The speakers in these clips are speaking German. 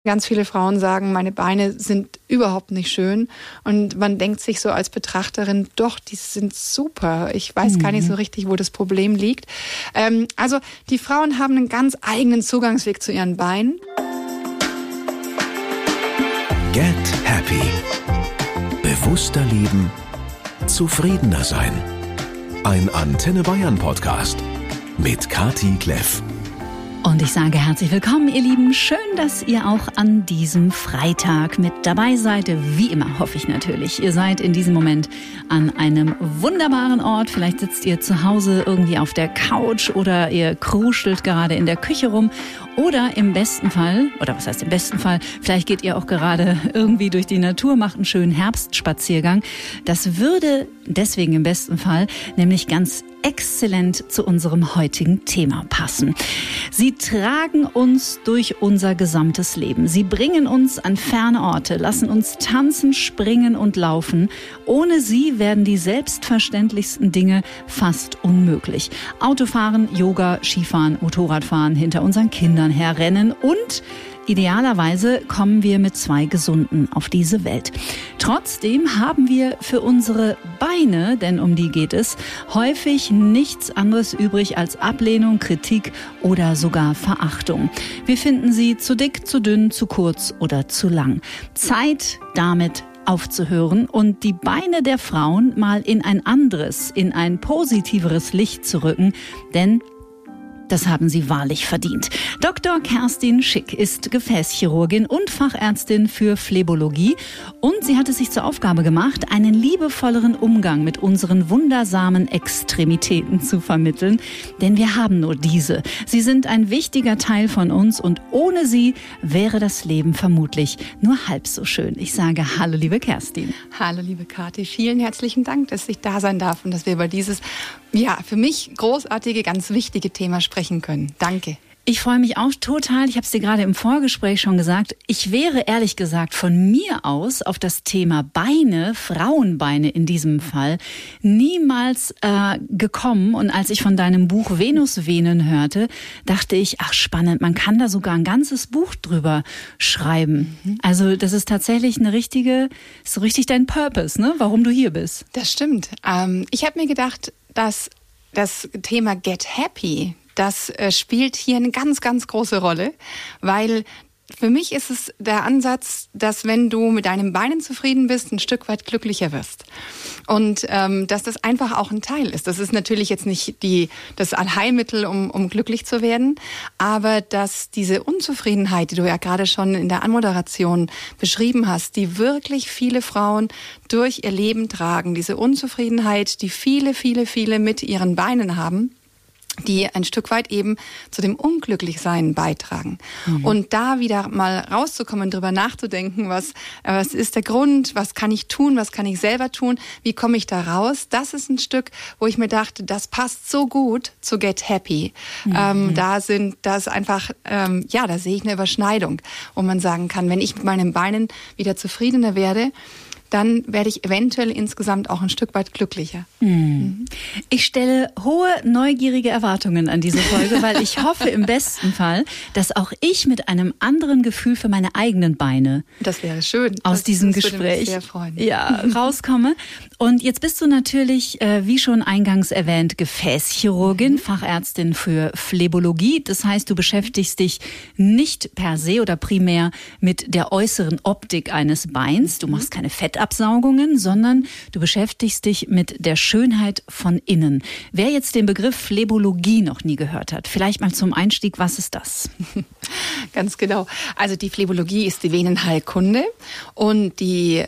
Ganz viele Frauen sagen, meine Beine sind überhaupt nicht schön. Und man denkt sich so als Betrachterin, doch, die sind super. Ich weiß gar nicht so richtig, wo das Problem liegt. Also die Frauen haben einen ganz eigenen Zugangsweg zu ihren Beinen. Get Happy. Bewusster leben, zufriedener sein. Ein Antenne Bayern Podcast mit Kati Kleff. Und ich sage herzlich willkommen, ihr Lieben. Schön, dass ihr auch an diesem Freitag mit dabei seid. Wie immer, hoffe ich natürlich. Ihr seid in diesem Moment an einem wunderbaren Ort. Vielleicht sitzt ihr zu Hause irgendwie auf der Couch oder ihr kruschelt gerade in der Küche rum. Oder im besten Fall, oder was heißt im besten Fall, vielleicht geht ihr auch gerade irgendwie durch die Natur, macht einen schönen Herbstspaziergang. Das würde deswegen im besten Fall nämlich ganz exzellent zu unserem heutigen Thema passen. Sie tragen uns durch unser gesamtes Leben. Sie bringen uns an ferne Orte, lassen uns tanzen, springen und laufen. Ohne sie werden die selbstverständlichsten Dinge fast unmöglich. Autofahren, Yoga, Skifahren, Motorradfahren, hinter unseren Kindern herrennen und idealerweise kommen wir mit 2 Gesunden auf diese Welt. Trotzdem haben wir für unsere Beine, denn um die geht es, häufig nichts anderes übrig als Ablehnung, Kritik oder sogar Verachtung. Wir finden sie zu dick, zu dünn, zu kurz oder zu lang. Zeit damit aufzuhören und die Beine der Frauen mal in ein anderes, in ein positiveres Licht zu rücken, denn das haben sie wahrlich verdient. Dr. Kerstin Schick ist Gefäßchirurgin und Fachärztin für Phlebologie und sie hat es sich zur Aufgabe gemacht, einen liebevolleren Umgang mit unseren wundersamen Extremitäten zu vermitteln, denn wir haben nur diese. Sie sind ein wichtiger Teil von uns und ohne sie wäre das Leben vermutlich nur halb so schön. Ich sage hallo, liebe Kerstin. Hallo, liebe Kathi. Vielen herzlichen Dank, dass ich da sein darf und dass wir über dieses, für mich großartige, ganz wichtige Thema sprechen können. Danke. Ich freue mich auch total. Ich habe es dir gerade im Vorgespräch schon gesagt. Ich wäre ehrlich gesagt von mir aus auf das Thema Beine, Frauenbeine in diesem Fall, niemals gekommen. Und als ich von deinem Buch Venusvenen hörte, dachte ich, ach spannend, man kann da sogar ein ganzes Buch drüber schreiben. Also das ist tatsächlich ist so richtig dein Purpose, ne? Warum du hier bist. Das stimmt. Ich habe mir gedacht, dass das Thema Get Happy, das spielt hier eine ganz, ganz große Rolle, weil für mich ist es der Ansatz, dass wenn du mit deinen Beinen zufrieden bist, ein Stück weit glücklicher wirst. Und dass das einfach auch ein Teil ist. Das ist natürlich jetzt nicht das Allheilmittel, um glücklich zu werden, aber dass diese Unzufriedenheit, die du ja gerade schon in der Anmoderation beschrieben hast, die wirklich viele Frauen durch ihr Leben tragen, diese Unzufriedenheit, die viele, viele, viele mit ihren Beinen haben, die ein Stück weit eben zu dem Unglücklichsein beitragen. Und da wieder mal rauszukommen, drüber nachzudenken, was ist der Grund, was kann ich tun, was kann ich selber tun, wie komme ich da raus, das ist ein Stück, wo ich mir dachte, das passt so gut zu Get Happy. Da ist einfach, da sehe ich eine Überschneidung, wo man sagen kann, wenn ich mit meinen Beinen wieder zufriedener werde, dann werde ich eventuell insgesamt auch ein Stück weit glücklicher. Ich stelle hohe, neugierige Erwartungen an diese Folge, weil ich hoffe im besten Fall, dass auch ich mit einem anderen Gefühl für meine eigenen Beine das wäre schön. Aus diesem Gespräch würde mich sehr freuen. Rauskomme. Und jetzt bist du natürlich, wie schon eingangs erwähnt, Gefäßchirurgin, Fachärztin für Phlebologie. Das heißt, du beschäftigst dich nicht per se oder primär mit der äußeren Optik eines Beins. Du machst keine Fettabsaugungen, sondern du beschäftigst dich mit der Schönheit von innen. Wer jetzt den Begriff Phlebologie noch nie gehört hat, vielleicht mal zum Einstieg, was ist das? Ganz genau. Also die Phlebologie ist die Venenheilkunde und die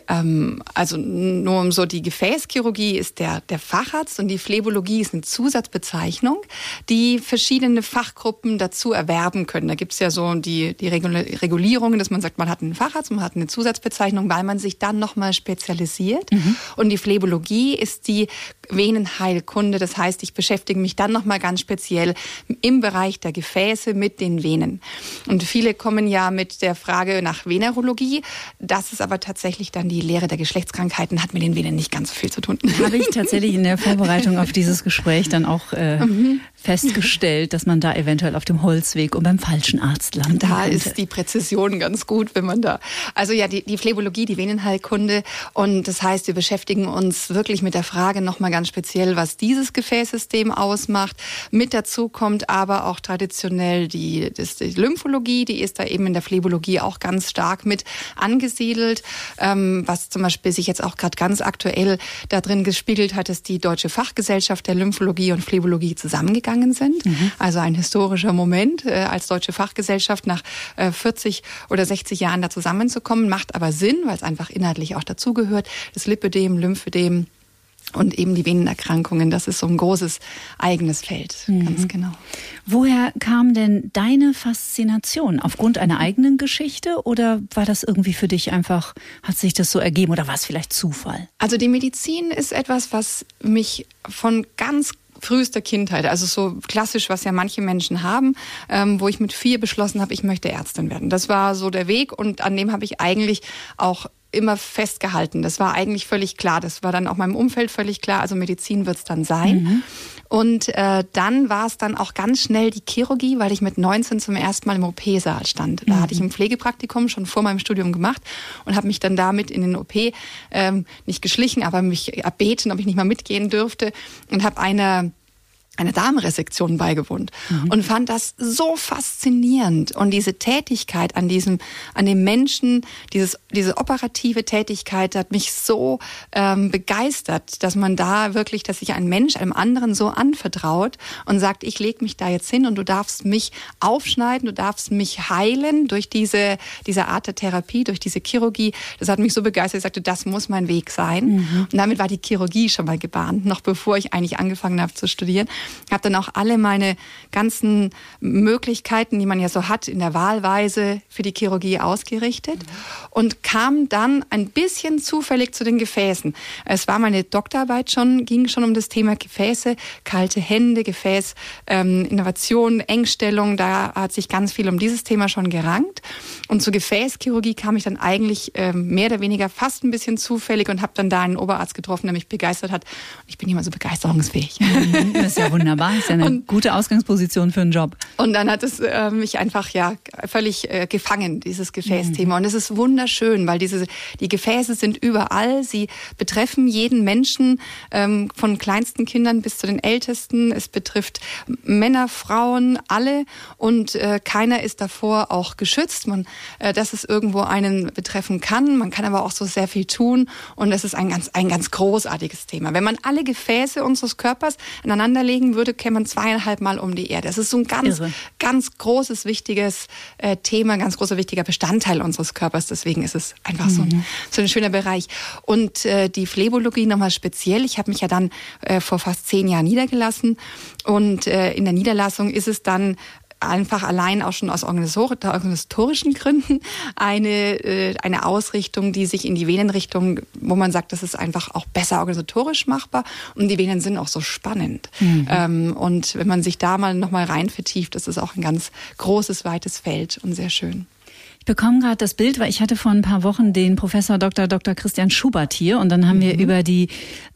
Gefäßchirurgie ist der Facharzt und die Phlebologie ist eine Zusatzbezeichnung, die verschiedene Fachgruppen dazu erwerben können. Da gibt es ja so die Regulierungen, dass man sagt, man hat einen Facharzt, man hat eine Zusatzbezeichnung, weil man sich dann nochmal spezialisiert. Und die Phlebologie ist die Venenheilkunde. Das heißt, ich beschäftige mich dann nochmal ganz speziell im Bereich der Gefäße mit den Venen. Und viele kommen ja mit der Frage nach Venerologie. Das ist aber tatsächlich dann die Lehre der Geschlechtskrankheiten, hat mit den Venen nicht ganz so viel zu tun. Habe ich tatsächlich in der Vorbereitung auf dieses Gespräch dann auch festgestellt, dass man da eventuell auf dem Holzweg und beim falschen Arzt landet. Da ist die Präzision ganz gut, wenn man da... Also ja, die Phlebologie, die Venenheilkunde. Und das heißt, wir beschäftigen uns wirklich mit der Frage nochmal ganz speziell, was dieses Gefäßsystem ausmacht. Mit dazu kommt aber auch traditionell die Lymphologie, die ist da eben in der Phlebologie auch ganz stark mit angesiedelt. Was zum Beispiel sich jetzt auch gerade ganz aktuell da drin gespiegelt hat, ist die Deutsche Fachgesellschaft der Lymphologie und Phlebologie zusammengegangen sind. Also ein historischer Moment, als Deutsche Fachgesellschaft nach 40 oder 60 Jahren da zusammenzukommen, macht aber Sinn, weil es einfach inhaltlich auch dazugehört. Das Lipödem, Lymphödem und eben die Venenerkrankungen, das ist so ein großes eigenes Feld, ganz genau. Woher kam denn deine Faszination? Aufgrund einer eigenen Geschichte oder war das irgendwie für dich einfach, hat sich das so ergeben oder war es vielleicht Zufall? Also die Medizin ist etwas, was mich von ganz frühester Kindheit, also so klassisch, was ja manche Menschen haben, wo ich mit 4 beschlossen habe, ich möchte Ärztin werden. Das war so der Weg und an dem habe ich eigentlich auch immer festgehalten. Das war eigentlich völlig klar. Das war dann auch meinem Umfeld völlig klar. Also Medizin wird es dann sein. Und dann war es dann auch ganz schnell die Chirurgie, weil ich mit 19 zum ersten Mal im OP-Saal stand. Da hatte ich ein Pflegepraktikum schon vor meinem Studium gemacht und habe mich dann damit in den OP nicht geschlichen, aber mich erbeten, ob ich nicht mal mitgehen dürfte und habe eine Darmresektion beigewohnt und fand das so faszinierend und diese Tätigkeit an dem Menschen, diese operative Tätigkeit hat mich so begeistert, dass man da wirklich, dass sich ein Mensch einem anderen so anvertraut und sagt, ich lege mich da jetzt hin und du darfst mich aufschneiden, du darfst mich heilen durch diese Art der Therapie, durch diese Chirurgie. Das hat mich so begeistert, ich sagte, das muss mein Weg sein. Und damit war die Chirurgie schon mal gebahnt, noch bevor ich eigentlich angefangen habe zu studieren. Habe dann auch alle meine ganzen Möglichkeiten, die man ja so hat, in der Wahlweise für die Chirurgie ausgerichtet und kam dann ein bisschen zufällig zu den Gefäßen. Es war meine Doktorarbeit ging schon um das Thema Gefäße, kalte Hände, Gefäßinnovation, Engstellung. Da hat sich ganz viel um dieses Thema schon gerankt. Und zur Gefäßchirurgie kam ich dann eigentlich mehr oder weniger fast ein bisschen zufällig und habe dann da einen Oberarzt getroffen, der mich begeistert hat. Und ich bin immer so begeisterungsfähig. Das ist ja wunderbar, das ist ja eine gute Ausgangsposition für einen Job. Und dann hat es mich einfach völlig gefangen, dieses Gefäßthema. Und es ist wunderschön, weil die Gefäße sind überall. Sie betreffen jeden Menschen, von kleinsten Kindern bis zu den Ältesten. Es betrifft Männer, Frauen, alle. Und keiner ist davor auch geschützt, dass es irgendwo einen betreffen kann. Man kann aber auch so sehr viel tun. Und es ist ein ganz großartiges Thema. Wenn man alle Gefäße unseres Körpers aneinander legen würde, käme man 2,5 Mal um die Erde. Das ist so ein ganz großes, wichtiges Thema, ein ganz großer, wichtiger Bestandteil unseres Körpers. Deswegen ist es einfach so ein schöner Bereich. Und die Phlebologie nochmal speziell. Ich habe mich ja dann vor fast 10 Jahren niedergelassen. Und in der Niederlassung ist es dann einfach allein auch schon aus organisatorischen Gründen eine Ausrichtung, die sich in die Venenrichtung, wo man sagt, das ist einfach auch besser organisatorisch machbar und die Venen sind auch so spannend. Und wenn man sich da mal nochmal rein vertieft, das ist auch ein ganz großes, weites Feld und sehr schön. Ich bekomme gerade das Bild, weil ich hatte vor ein paar Wochen den Professor Dr. Christian Schubert hier und dann haben wir über die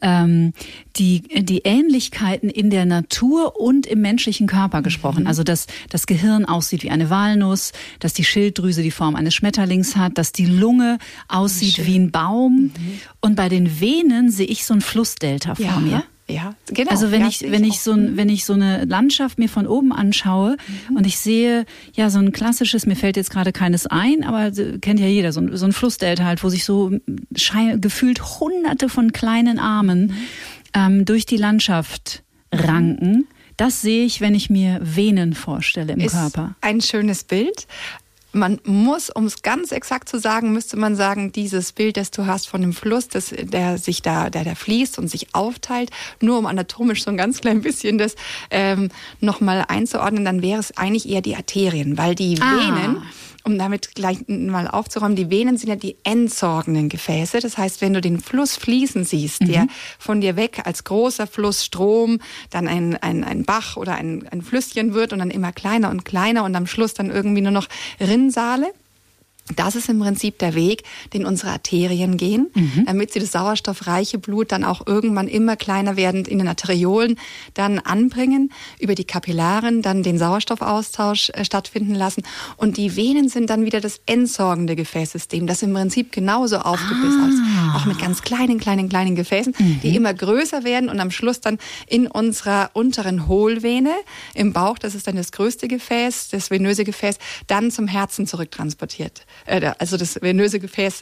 Ähnlichkeiten in der Natur und im menschlichen Körper gesprochen. Also dass das Gehirn aussieht wie eine Walnuss, dass die Schilddrüse die Form eines Schmetterlings hat, dass die Lunge aussieht wie ein Baum. Und bei den Venen sehe ich so ein Flussdelta vor mir. Ja, genau. Also wenn ich so eine Landschaft mir von oben anschaue und ich sehe ja so ein klassisches, mir fällt jetzt gerade keines ein, aber kennt ja jeder, so ein Flussdelta halt, wo sich so gefühlt hunderte von kleinen Armen durch die Landschaft ranken. Das sehe ich, wenn ich mir Venen vorstelle im Körper. Ein schönes Bild. Man muss, um es ganz exakt zu sagen, müsste man sagen, dieses Bild, das du hast von dem Fluss, der fließt und sich aufteilt, nur um anatomisch so ein ganz klein bisschen das nochmal einzuordnen, dann wäre es eigentlich eher die Arterien, weil die Venen, um damit gleich mal aufzuräumen, die Venen sind ja die entsorgenden Gefäße. Das heißt, wenn du den Fluss fließen siehst, der von dir weg als großer Flussstrom dann ein Bach oder ein Flüsschen wird und dann immer kleiner und kleiner und am Schluss dann irgendwie nur noch Rinnsale. Das ist im Prinzip der Weg, den unsere Arterien gehen, damit sie das sauerstoffreiche Blut dann auch irgendwann immer kleiner werdend in den Arteriolen dann anbringen, über die Kapillaren dann den Sauerstoffaustausch stattfinden lassen. Und die Venen sind dann wieder das entsorgende Gefäßsystem, das im Prinzip genauso aufgebaut ist, auch mit ganz kleinen Gefäßen, die immer größer werden und am Schluss dann in unserer unteren Hohlvene im Bauch, das ist dann das größte Gefäß, das venöse Gefäß, dann zum Herzen zurücktransportiert. Also das venöse Gefäß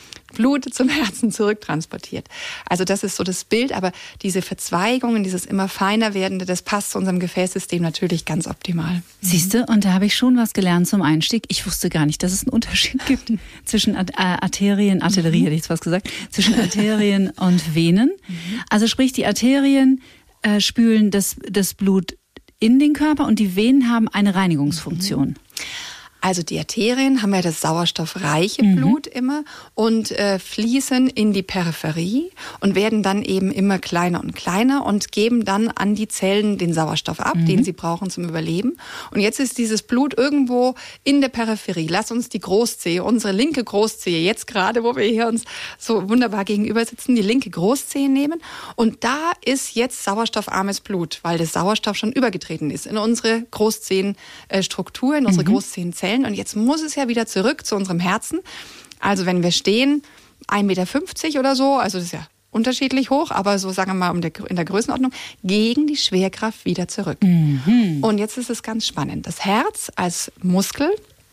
Blut zum Herzen zurücktransportiert. Also das ist so das Bild, aber diese Verzweigungen, dieses immer feiner werdende, das passt zu unserem Gefäßsystem natürlich ganz optimal. Siehste, und da habe ich schon was gelernt zum Einstieg. Ich wusste gar nicht, dass es einen Unterschied gibt zwischen Arterien, Artillerie hätte ich jetzt was gesagt, zwischen Arterien und Venen. Also sprich, die Arterien spülen das Blut in den Körper und die Venen haben eine Reinigungsfunktion. Also die Arterien haben ja das sauerstoffreiche Blut immer und fließen in die Peripherie und werden dann eben immer kleiner und kleiner und geben dann an die Zellen den Sauerstoff ab, den sie brauchen zum Überleben. Und jetzt ist dieses Blut irgendwo in der Peripherie. Lass uns die Großzehe, unsere linke Großzehe, jetzt gerade, wo wir hier uns so wunderbar gegenüber sitzen, die linke Großzehe nehmen. Und da ist jetzt sauerstoffarmes Blut, weil das Sauerstoff schon übergetreten ist in unsere Großzehenstruktur, in unsere Großzehenzellen. Und jetzt muss es ja wieder zurück zu unserem Herzen. Also wenn wir stehen, 1,50 Meter oder so, also das ist ja unterschiedlich hoch, aber so sagen wir mal in der Größenordnung, gegen die Schwerkraft wieder zurück. Und jetzt ist es ganz spannend. Das Herz als Muskel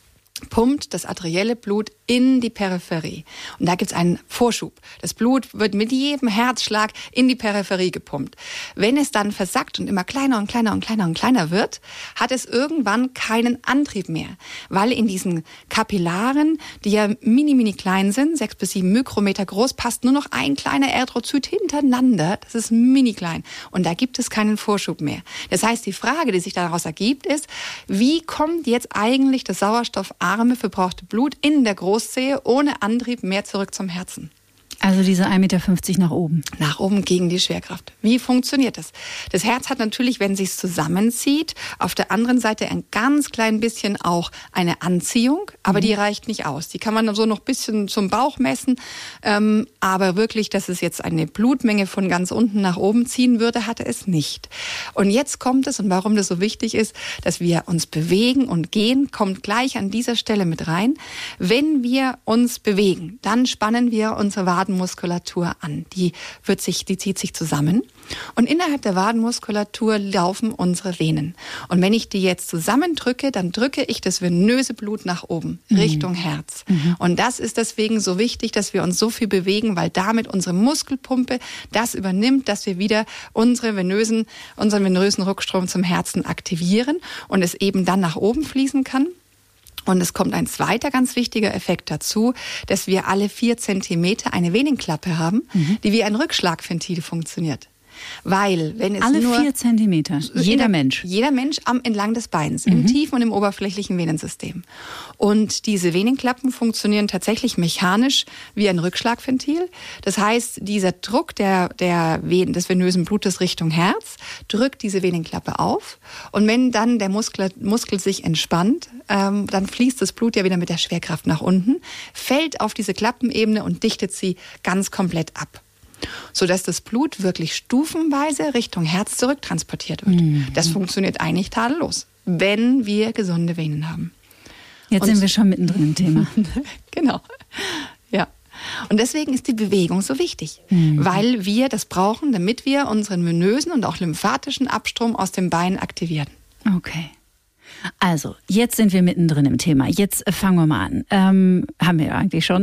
pumpt das arterielle Blut in die Peripherie. Und da gibt es einen Vorschub. Das Blut wird mit jedem Herzschlag in die Peripherie gepumpt. Wenn es dann versackt und immer kleiner und kleiner und kleiner und kleiner wird, hat es irgendwann keinen Antrieb mehr. Weil in diesen Kapillaren, die ja mini klein sind, 6 bis 7 Mikrometer groß, passt nur noch ein kleiner Erythrozyt hintereinander. Das ist mini klein. Und da gibt es keinen Vorschub mehr. Das heißt, die Frage, die sich daraus ergibt, ist, wie kommt jetzt eigentlich das sauerstoffarme verbrauchte Blut in der Großzehe ohne Antrieb mehr zurück zum Herzen? Also diese 1,50 Meter nach oben. Nach oben gegen die Schwerkraft. Wie funktioniert das? Das Herz hat natürlich, wenn es sich zusammenzieht, auf der anderen Seite ein ganz klein bisschen auch eine Anziehung, aber die reicht nicht aus. Die kann man so noch ein bisschen zum Bauch messen, aber wirklich, dass es jetzt eine Blutmenge von ganz unten nach oben ziehen würde, hatte es nicht. Und jetzt kommt es, und warum das so wichtig ist, dass wir uns bewegen und gehen, kommt gleich an dieser Stelle mit rein. Wenn wir uns bewegen, dann spannen wir unsere Wadenmuskulatur an. Die zieht sich zusammen. Und innerhalb der Wadenmuskulatur laufen unsere Venen. Und wenn ich die jetzt zusammendrücke, dann drücke ich das venöse Blut nach oben, Richtung Herz. Und das ist deswegen so wichtig, dass wir uns so viel bewegen, weil damit unsere Muskelpumpe das übernimmt, dass wir wieder unseren venösen Rückstrom zum Herzen aktivieren und es eben dann nach oben fließen kann. Und es kommt ein zweiter ganz wichtiger Effekt dazu, dass wir alle 4 Zentimeter eine Venenklappe haben, die wie ein Rückschlagventil funktioniert. Weil, wenn es alle nur 4 Zentimeter, jeder Mensch entlang des Beins, im tiefen und im oberflächlichen Venensystem. Und diese Venenklappen funktionieren tatsächlich mechanisch wie ein Rückschlagventil. Das heißt, dieser Druck des venösen Blutes Richtung Herz drückt diese Venenklappe auf. Und wenn dann der Muskel sich entspannt, dann fließt das Blut ja wieder mit der Schwerkraft nach unten, fällt auf diese Klappenebene und dichtet sie ganz komplett ab, sodass das Blut wirklich stufenweise Richtung Herz zurücktransportiert wird. Das funktioniert eigentlich tadellos, wenn wir gesunde Venen haben. Jetzt sind wir schon mittendrin im Thema. Genau, ja. Und deswegen ist die Bewegung so wichtig, weil wir das brauchen, damit wir unseren venösen und auch lymphatischen Abstrom aus dem Bein aktivieren. Okay. Also, jetzt sind wir mittendrin im Thema. Jetzt fangen wir mal an. Haben wir ja eigentlich schon.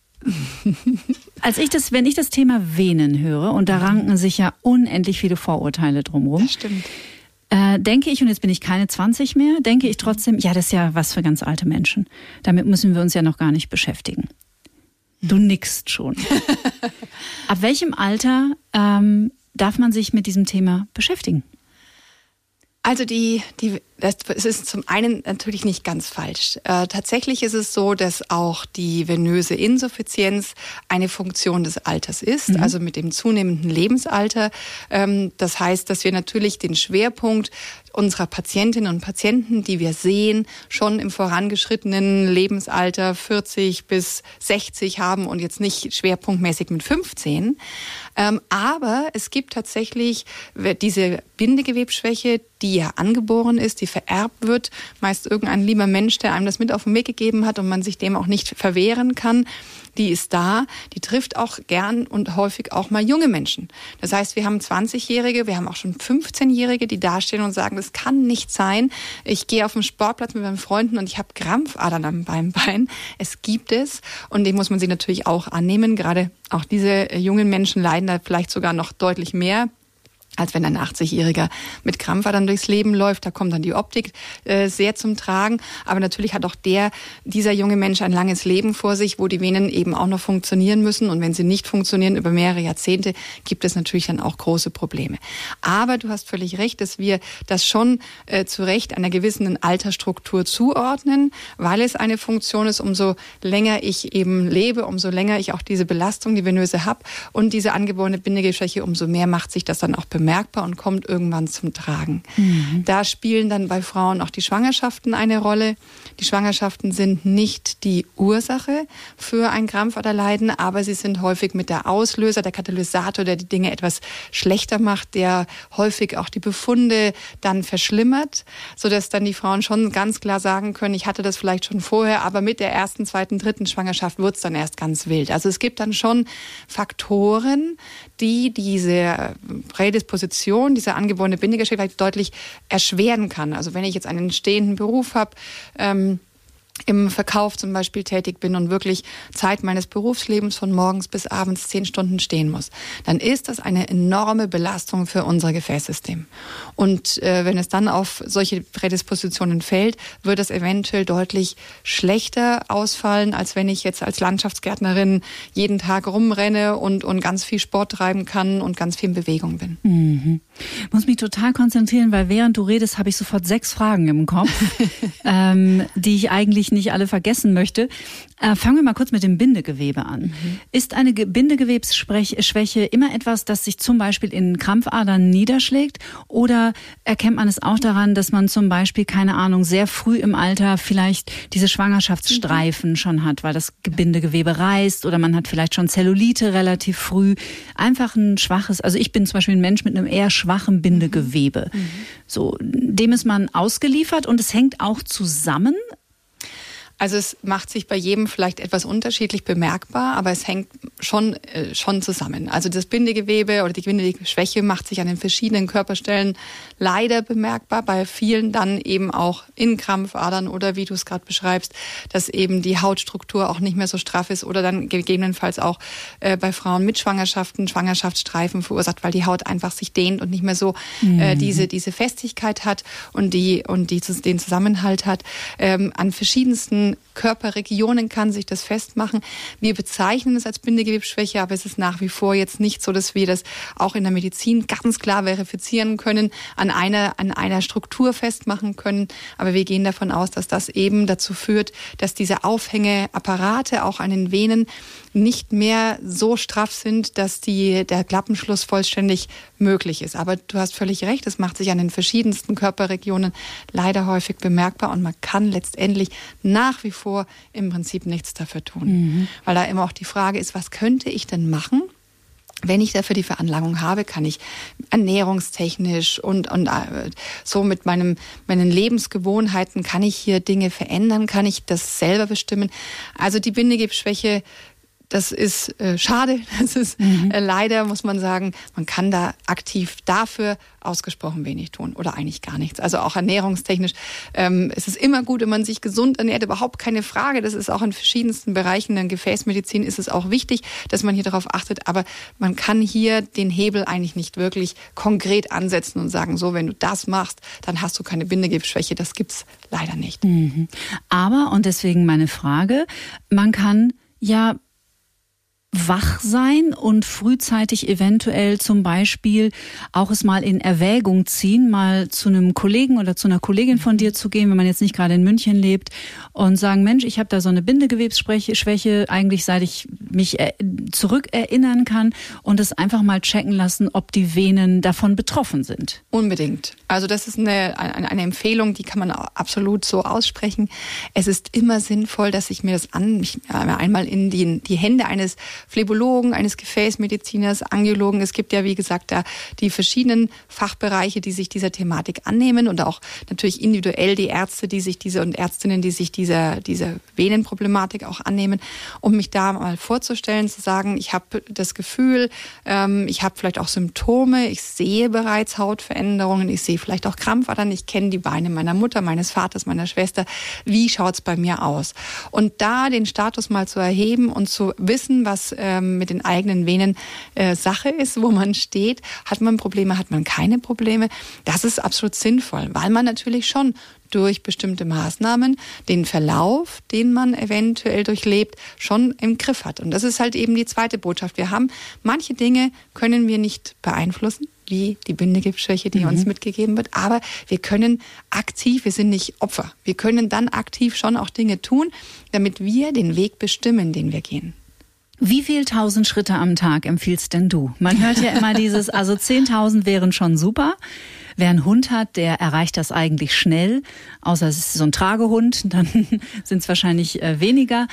Wenn ich das Thema Venen höre, und da ranken sich ja unendlich viele Vorurteile drumherum. Das stimmt. Denke ich, und jetzt bin ich keine 20 mehr, denke ich trotzdem, ja, das ist ja was für ganz alte Menschen. Damit müssen wir uns ja noch gar nicht beschäftigen. Du nickst schon. Ab welchem Alter darf man sich mit diesem Thema beschäftigen? Also es ist zum einen natürlich nicht ganz falsch. Tatsächlich ist es so, dass auch die venöse Insuffizienz eine Funktion des Alters ist, also mit dem zunehmenden Lebensalter. Das heißt, dass wir natürlich den Schwerpunkt unserer Patientinnen und Patienten, die wir sehen, schon im vorangeschrittenen Lebensalter 40 bis 60 haben und jetzt nicht schwerpunktmäßig mit 15. Aber es gibt tatsächlich diese Bindegewebsschwäche, die ja angeboren ist, die vererbt wird. Meist irgendein lieber Mensch, der einem das mit auf den Weg gegeben hat und man sich dem auch nicht verwehren kann. Die ist da, die trifft auch gern und häufig auch mal junge Menschen. Das heißt, wir haben 20-Jährige, wir haben auch schon 15-Jährige, die dastehen und sagen, das kann nicht sein. Ich gehe auf den Sportplatz mit meinen Freunden und ich habe Krampfadern am Bein. Es gibt es und dem muss man sich natürlich auch annehmen. Gerade auch diese jungen Menschen leiden da vielleicht sogar noch deutlich mehr, als wenn ein 80-Jähriger mit Krampfadern durchs Leben läuft. Da kommt dann die Optik sehr zum Tragen. Aber natürlich hat auch dieser junge Mensch ein langes Leben vor sich, wo die Venen eben auch noch funktionieren müssen. Und wenn sie nicht funktionieren über mehrere Jahrzehnte, gibt es natürlich dann auch große Probleme. Aber du hast völlig recht, dass wir das schon zu Recht einer gewissen Altersstruktur zuordnen, weil es eine Funktion ist, umso länger ich eben lebe, umso länger ich auch diese Belastung, die venöse habe und diese angeborene Bindegewebsschwäche, umso mehr macht sich das dann auch bemerkbar und kommt irgendwann zum Tragen. Da spielen dann bei Frauen auch die Schwangerschaften eine Rolle. Die Schwangerschaften sind nicht die Ursache für ein Krampfaderleiden, aber sie sind häufig mit der Auslöser, der Katalysator, der die Dinge etwas schlechter macht, der häufig auch die Befunde dann verschlimmert, sodass dann die Frauen schon ganz klar sagen können, ich hatte das vielleicht schon vorher, aber mit der ersten, zweiten, dritten Schwangerschaft wird es dann erst ganz wild. Also es gibt dann schon Faktoren, die diese Prädisposition, diese angeborene Bindegewebsschwäche vielleicht deutlich erschweren kann. Also wenn ich jetzt einen stehenden Beruf habe, im Verkauf zum Beispiel tätig bin und wirklich Zeit meines Berufslebens von morgens bis abends 10 Stunden stehen muss, dann ist das eine enorme Belastung für unser Gefäßsystem. Und wenn es dann auf solche Prädispositionen fällt, wird es eventuell deutlich schlechter ausfallen, als wenn ich jetzt als Landschaftsgärtnerin jeden Tag rumrenne und ganz viel Sport treiben kann und ganz viel in Bewegung bin. Mhm. Ich muss mich total konzentrieren, weil während du redest, habe ich sofort 6 Fragen im Kopf, die ich eigentlich nicht alle vergessen möchte. Fangen wir mal kurz mit dem Bindegewebe an. Ist eine Bindegewebsschwäche immer etwas, das sich zum Beispiel in Krampfadern niederschlägt? Oder erkennt man es auch daran, dass man zum Beispiel, keine Ahnung, sehr früh im Alter vielleicht diese Schwangerschaftsstreifen schon hat, weil das Bindegewebe reißt oder man hat vielleicht schon Zellulite relativ früh. Einfach ein schwaches, also ich bin zum Beispiel ein Mensch mit einem eher schwachen Bindegewebe. So, dem ist man ausgeliefert und es hängt auch zusammen. Also es macht sich bei jedem vielleicht etwas unterschiedlich bemerkbar, aber es hängt schon zusammen. Also das Bindegewebe oder die Bindegewebsschwäche macht sich an den verschiedenen Körperstellen leider bemerkbar, bei vielen dann eben auch in Krampfadern oder wie du es gerade beschreibst, dass eben die Hautstruktur auch nicht mehr so straff ist oder dann gegebenenfalls auch bei Frauen mit Schwangerschaften Schwangerschaftsstreifen verursacht, weil die Haut einfach sich dehnt und nicht mehr so diese Festigkeit hat und den Zusammenhalt hat. An verschiedensten Körperregionen kann sich das festmachen. Wir bezeichnen es als Bindegewebsschwäche, aber es ist nach wie vor jetzt nicht so, dass wir das auch in der Medizin ganz klar verifizieren können, an einer Struktur festmachen können. Aber wir gehen davon aus, dass das eben dazu führt, dass diese Aufhängeapparate auch an den Venen nicht mehr so straff sind, dass der Klappenschluss vollständig möglich ist. Aber du hast völlig recht, es macht sich an den verschiedensten Körperregionen leider häufig bemerkbar und man kann letztendlich nach wie vor im Prinzip nichts dafür tun. Weil da immer auch die Frage ist, was könnte ich denn machen? Wenn ich dafür die Veranlagung habe, kann ich ernährungstechnisch und so mit meinen Lebensgewohnheiten, kann ich hier Dinge verändern, kann ich das selber bestimmen. Also die Bindegewebsschwäche, das ist schade, das ist leider, muss man sagen, man kann da aktiv dafür ausgesprochen wenig tun oder eigentlich gar nichts. Also auch ernährungstechnisch. Es ist immer gut, wenn man sich gesund ernährt, überhaupt keine Frage. Das ist auch in verschiedensten Bereichen in der Gefäßmedizin ist es auch wichtig, dass man hier darauf achtet. Aber man kann hier den Hebel eigentlich nicht wirklich konkret ansetzen und sagen, so, wenn du das machst, dann hast du keine Bindegewebsschwäche. Das gibt's leider nicht. Aber, und deswegen meine Frage, man kann ja wach sein und frühzeitig eventuell zum Beispiel auch es mal in Erwägung ziehen, mal zu einem Kollegen oder zu einer Kollegin von dir zu gehen, wenn man jetzt nicht gerade in München lebt, und sagen, Mensch, ich habe da so eine Bindegewebsschwäche, eigentlich seit ich mich zurückerinnern kann, und es einfach mal checken lassen, ob die Venen davon betroffen sind. Unbedingt. Also das ist eine Empfehlung, die kann man absolut so aussprechen. Es ist immer sinnvoll, dass ich mir das einmal in die Hände eines Phlebologen, eines Gefäßmediziners, Angiologen. Es gibt ja, wie gesagt, da die verschiedenen Fachbereiche, die sich dieser Thematik annehmen, und auch natürlich individuell die Ärzte, und Ärztinnen, die sich dieser Venenproblematik auch annehmen, um mich da mal vorzustellen, zu sagen, ich habe das Gefühl, ich habe vielleicht auch Symptome, ich sehe bereits Hautveränderungen, ich sehe vielleicht auch Krampfadern, ich kenne die Beine meiner Mutter, meines Vaters, meiner Schwester. Wie schaut's bei mir aus? Und da den Status mal zu erheben und zu wissen, was mit den eigenen Venen Sache ist, wo man steht. Hat man Probleme, hat man keine Probleme? Das ist absolut sinnvoll, weil man natürlich schon durch bestimmte Maßnahmen den Verlauf, den man eventuell durchlebt, schon im Griff hat. Und das ist halt eben die zweite Botschaft. Manche Dinge können wir nicht beeinflussen, wie die Bindegewebsschwäche, die uns mitgegeben wird. Aber wir können aktiv, wir sind nicht Opfer. Wir können dann aktiv schon auch Dinge tun, damit wir den Weg bestimmen, den wir gehen. Wie viel 1000 Schritte am Tag empfiehlst denn du? Man hört ja immer also 10.000 wären schon super. Wer einen Hund hat, der erreicht das eigentlich schnell. Außer es ist so ein Tragehund, dann sind es wahrscheinlich weniger.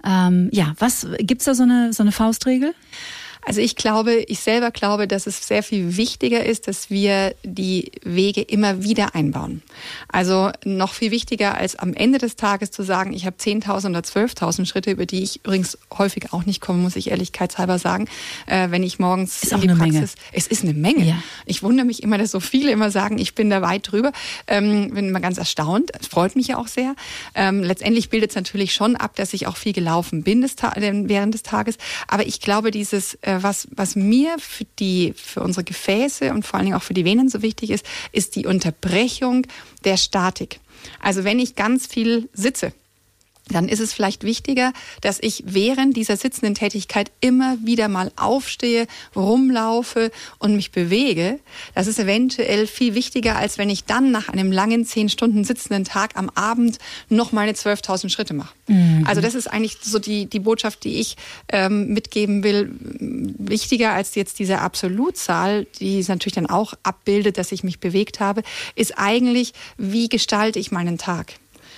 Gibt's da so eine Faustregel? Also ich selber glaube, dass es sehr viel wichtiger ist, dass wir die Wege immer wieder einbauen. Also noch viel wichtiger als am Ende des Tages zu sagen, ich habe 10.000 oder 12.000 Schritte, über die ich übrigens häufig auch nicht komme, muss ich ehrlichkeitshalber sagen, wenn ich morgens in die Praxis... Menge. Es ist eine Menge. Ja. Ich wundere mich immer, dass so viele immer sagen, ich bin da weit drüber. Bin immer ganz erstaunt. Das freut mich ja auch sehr. Letztendlich bildet es natürlich schon ab, dass ich auch viel gelaufen bin während des Tages. Aber ich glaube, was mir für unsere Gefäße und vor allen Dingen auch für die Venen so wichtig ist die Unterbrechung der Statik. Also wenn ich ganz viel sitze, dann ist es vielleicht wichtiger, dass ich während dieser sitzenden Tätigkeit immer wieder mal aufstehe, rumlaufe und mich bewege. Das ist eventuell viel wichtiger, als wenn ich dann nach einem langen 10 Stunden sitzenden Tag am Abend noch meine 12.000 Schritte mache. Also das ist eigentlich so die Botschaft, die ich mitgeben will. Wichtiger als jetzt diese Absolutzahl, die es natürlich dann auch abbildet, dass ich mich bewegt habe, ist eigentlich, wie gestalte ich meinen Tag?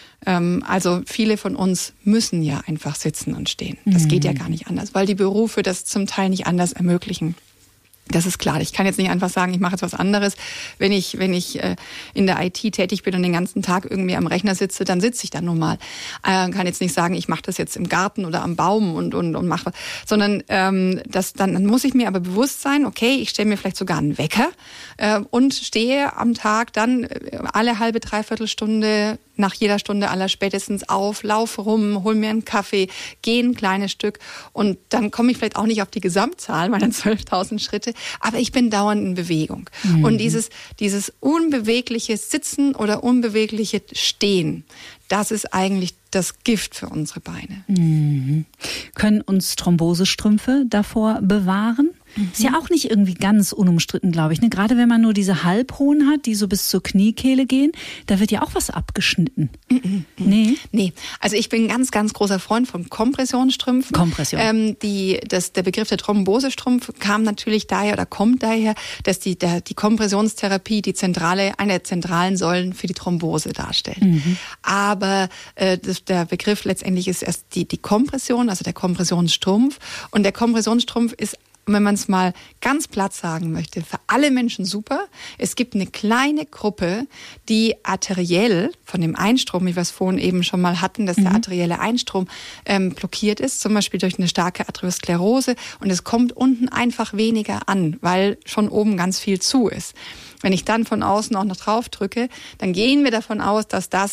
Also viele von uns müssen ja einfach sitzen und stehen. Das geht ja gar nicht anders, weil die Berufe das zum Teil nicht anders ermöglichen. Das ist klar. Ich kann jetzt nicht einfach sagen, ich mache jetzt was anderes. Wenn ich in der IT tätig bin und den ganzen Tag irgendwie am Rechner sitze, dann sitze ich da nun mal. Kann jetzt nicht sagen, ich mache das jetzt im Garten oder am Baum und mache, sondern dann muss ich mir aber bewusst sein, okay, ich stelle mir vielleicht sogar einen Wecker und stehe am Tag dann alle halbe, dreiviertel Stunde, nach jeder Stunde allerspätestens auf, laufe rum, hol mir einen Kaffee, gehe ein kleines Stück, und dann komme ich vielleicht auch nicht auf die Gesamtzahl meiner 12.000 Schritte, aber ich bin dauernd in Bewegung. Und dieses unbewegliche Sitzen oder unbewegliche Stehen, das ist eigentlich das Gift für unsere Beine. Können uns Thrombosestrümpfe davor bewahren? Ist ja auch nicht irgendwie ganz unumstritten, glaube ich. Ne? Gerade wenn man nur diese Halbhohen hat, die so bis zur Kniekehle gehen, da wird ja auch was abgeschnitten. Nee? Also ich bin ein ganz, ganz großer Freund von Kompressionsstrümpfen. Kompression. Der Begriff der Thrombosestrumpf kommt daher, dass die Kompressionstherapie eine der zentralen Säulen für die Thrombose darstellt. Aber der Begriff letztendlich ist erst die Kompression, also der Kompressionsstrumpf. Und der Kompressionsstrumpf ist, wenn man es mal ganz platt sagen möchte, für alle Menschen super. Es gibt eine kleine Gruppe, die arteriell von dem Einstrom, wie wir es vorhin eben schon mal hatten, dass der arterielle Einstrom blockiert ist, zum Beispiel durch eine starke Arteriosklerose, und es kommt unten einfach weniger an, weil schon oben ganz viel zu ist. Wenn ich dann von außen auch noch drauf drücke, dann gehen wir davon aus, dass das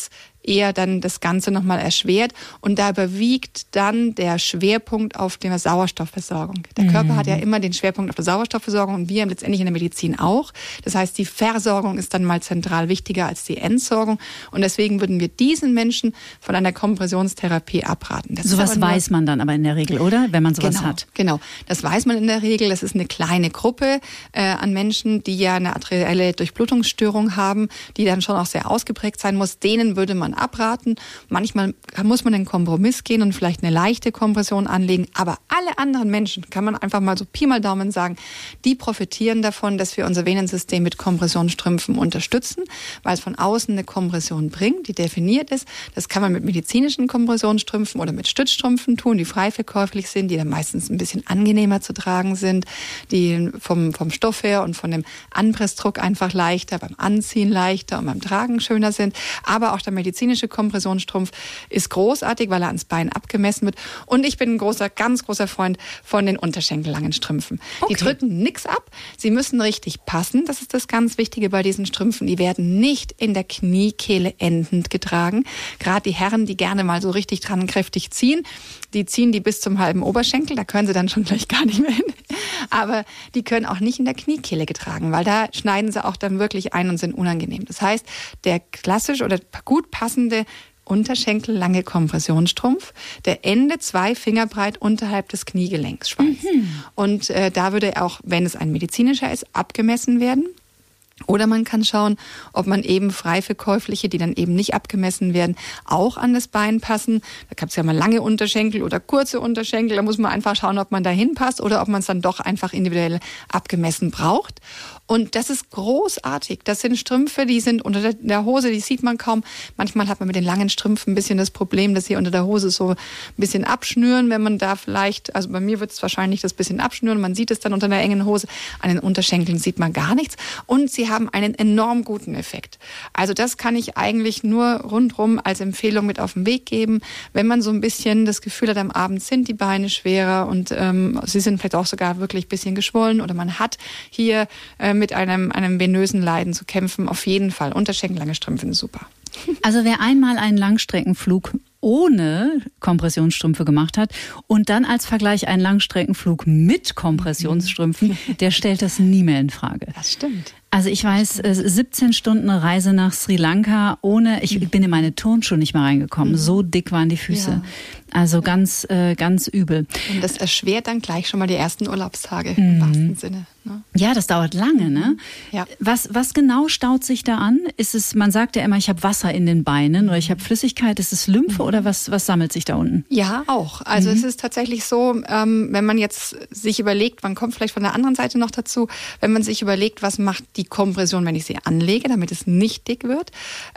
eher dann das Ganze nochmal erschwert. Und da überwiegt dann der Schwerpunkt auf der Sauerstoffversorgung. Der Körper hat ja immer den Schwerpunkt auf der Sauerstoffversorgung und wir letztendlich in der Medizin auch. Das heißt, die Versorgung ist dann mal zentral wichtiger als die Entsorgung. Und deswegen würden wir diesen Menschen von einer Kompressionstherapie abraten. Sowas weiß man dann aber in der Regel, oder? Wenn man sowas hat. Genau, das weiß man in der Regel. Das ist eine kleine Gruppe an Menschen, die ja eine arterielle Durchblutungsstörung haben, die dann schon auch sehr ausgeprägt sein muss. Denen würde man abraten. Manchmal muss man einen Kompromiss gehen und vielleicht eine leichte Kompression anlegen. Aber alle anderen Menschen, kann man einfach mal so Pi mal Daumen sagen, die profitieren davon, dass wir unser Venensystem mit Kompressionsstrümpfen unterstützen, weil es von außen eine Kompression bringt, die definiert ist. Das kann man mit medizinischen Kompressionsstrümpfen oder mit Stützstrümpfen tun, die frei verkäuflich sind, die dann meistens ein bisschen angenehmer zu tragen sind, die vom Stoff her und von dem Anpressdruck einfach leichter, beim Anziehen leichter und beim Tragen schöner sind. Aber auch der medizinische Kompressionsstrumpf ist großartig, weil er ans Bein abgemessen wird. Und ich bin ein ganz großer Freund von den unterschenkellangen Strümpfen. Okay. Die drücken nichts ab. Sie müssen richtig passen. Das ist das ganz Wichtige bei diesen Strümpfen. Die werden nicht in der Kniekehle endend getragen. Gerade die Herren, die gerne mal so richtig dran kräftig ziehen, die ziehen die bis zum halben Oberschenkel. Da können sie dann schon gleich gar nicht mehr hin. Aber die können auch nicht in der Kniekehle getragen, weil da schneiden sie auch dann wirklich ein und sind unangenehm. Das heißt, der klassisch oder gut passende unterschenkellange Kompressionsstrumpf, der endet 2 Finger breit unterhalb des Kniegelenks schweißt. Und da würde auch, wenn es ein medizinischer ist, abgemessen werden. Oder man kann schauen, ob man eben frei verkäufliche, die dann eben nicht abgemessen werden, auch an das Bein passen. Da gab es ja mal lange Unterschenkel oder kurze Unterschenkel. Da muss man einfach schauen, ob man da hinpasst oder ob man es dann doch einfach individuell abgemessen braucht. Und das ist großartig. Das sind Strümpfe, die sind unter der Hose, die sieht man kaum. Manchmal hat man mit den langen Strümpfen ein bisschen das Problem, dass sie unter der Hose so ein bisschen abschnüren, wenn man da vielleicht, also bei mir wird es wahrscheinlich das bisschen abschnüren, man sieht es dann unter einer engen Hose. An den Unterschenkeln sieht man gar nichts. Und sie haben einen enorm guten Effekt. Also das kann ich eigentlich nur rundrum als Empfehlung mit auf den Weg geben. Wenn man so ein bisschen das Gefühl hat, am Abend sind die Beine schwerer und sie sind vielleicht auch sogar wirklich ein bisschen geschwollen oder man hat hier mit einem venösen Leiden zu kämpfen, auf jeden Fall. Unterschenkellange Strümpfe sind super. Also wer einmal einen Langstreckenflug ohne Kompressionsstrümpfe gemacht hat und dann als Vergleich einen Langstreckenflug mit Kompressionsstrümpfen, der stellt das nie mehr in Frage. Das stimmt. Also ich weiß, 17 Stunden Reise nach Sri Lanka ohne, ich bin in meine Turnschuhe nicht mehr reingekommen. So dick waren die Füße. Ja. Also ganz übel. Und das erschwert dann gleich schon mal die ersten Urlaubstage im wahrsten Sinne. Ne? Ja, das dauert lange, ne? Ja. Was genau staut sich da an? Ist es, man sagt ja immer, ich habe Wasser in den Beinen oder ich habe Flüssigkeit. Ist es Lymphe oder was sammelt sich da unten? Ja, auch. Also es ist tatsächlich so, wenn man jetzt sich überlegt, man kommt vielleicht von der anderen Seite noch dazu, wenn man sich überlegt, was macht die Kompression, wenn ich sie anlege, damit es nicht dick wird.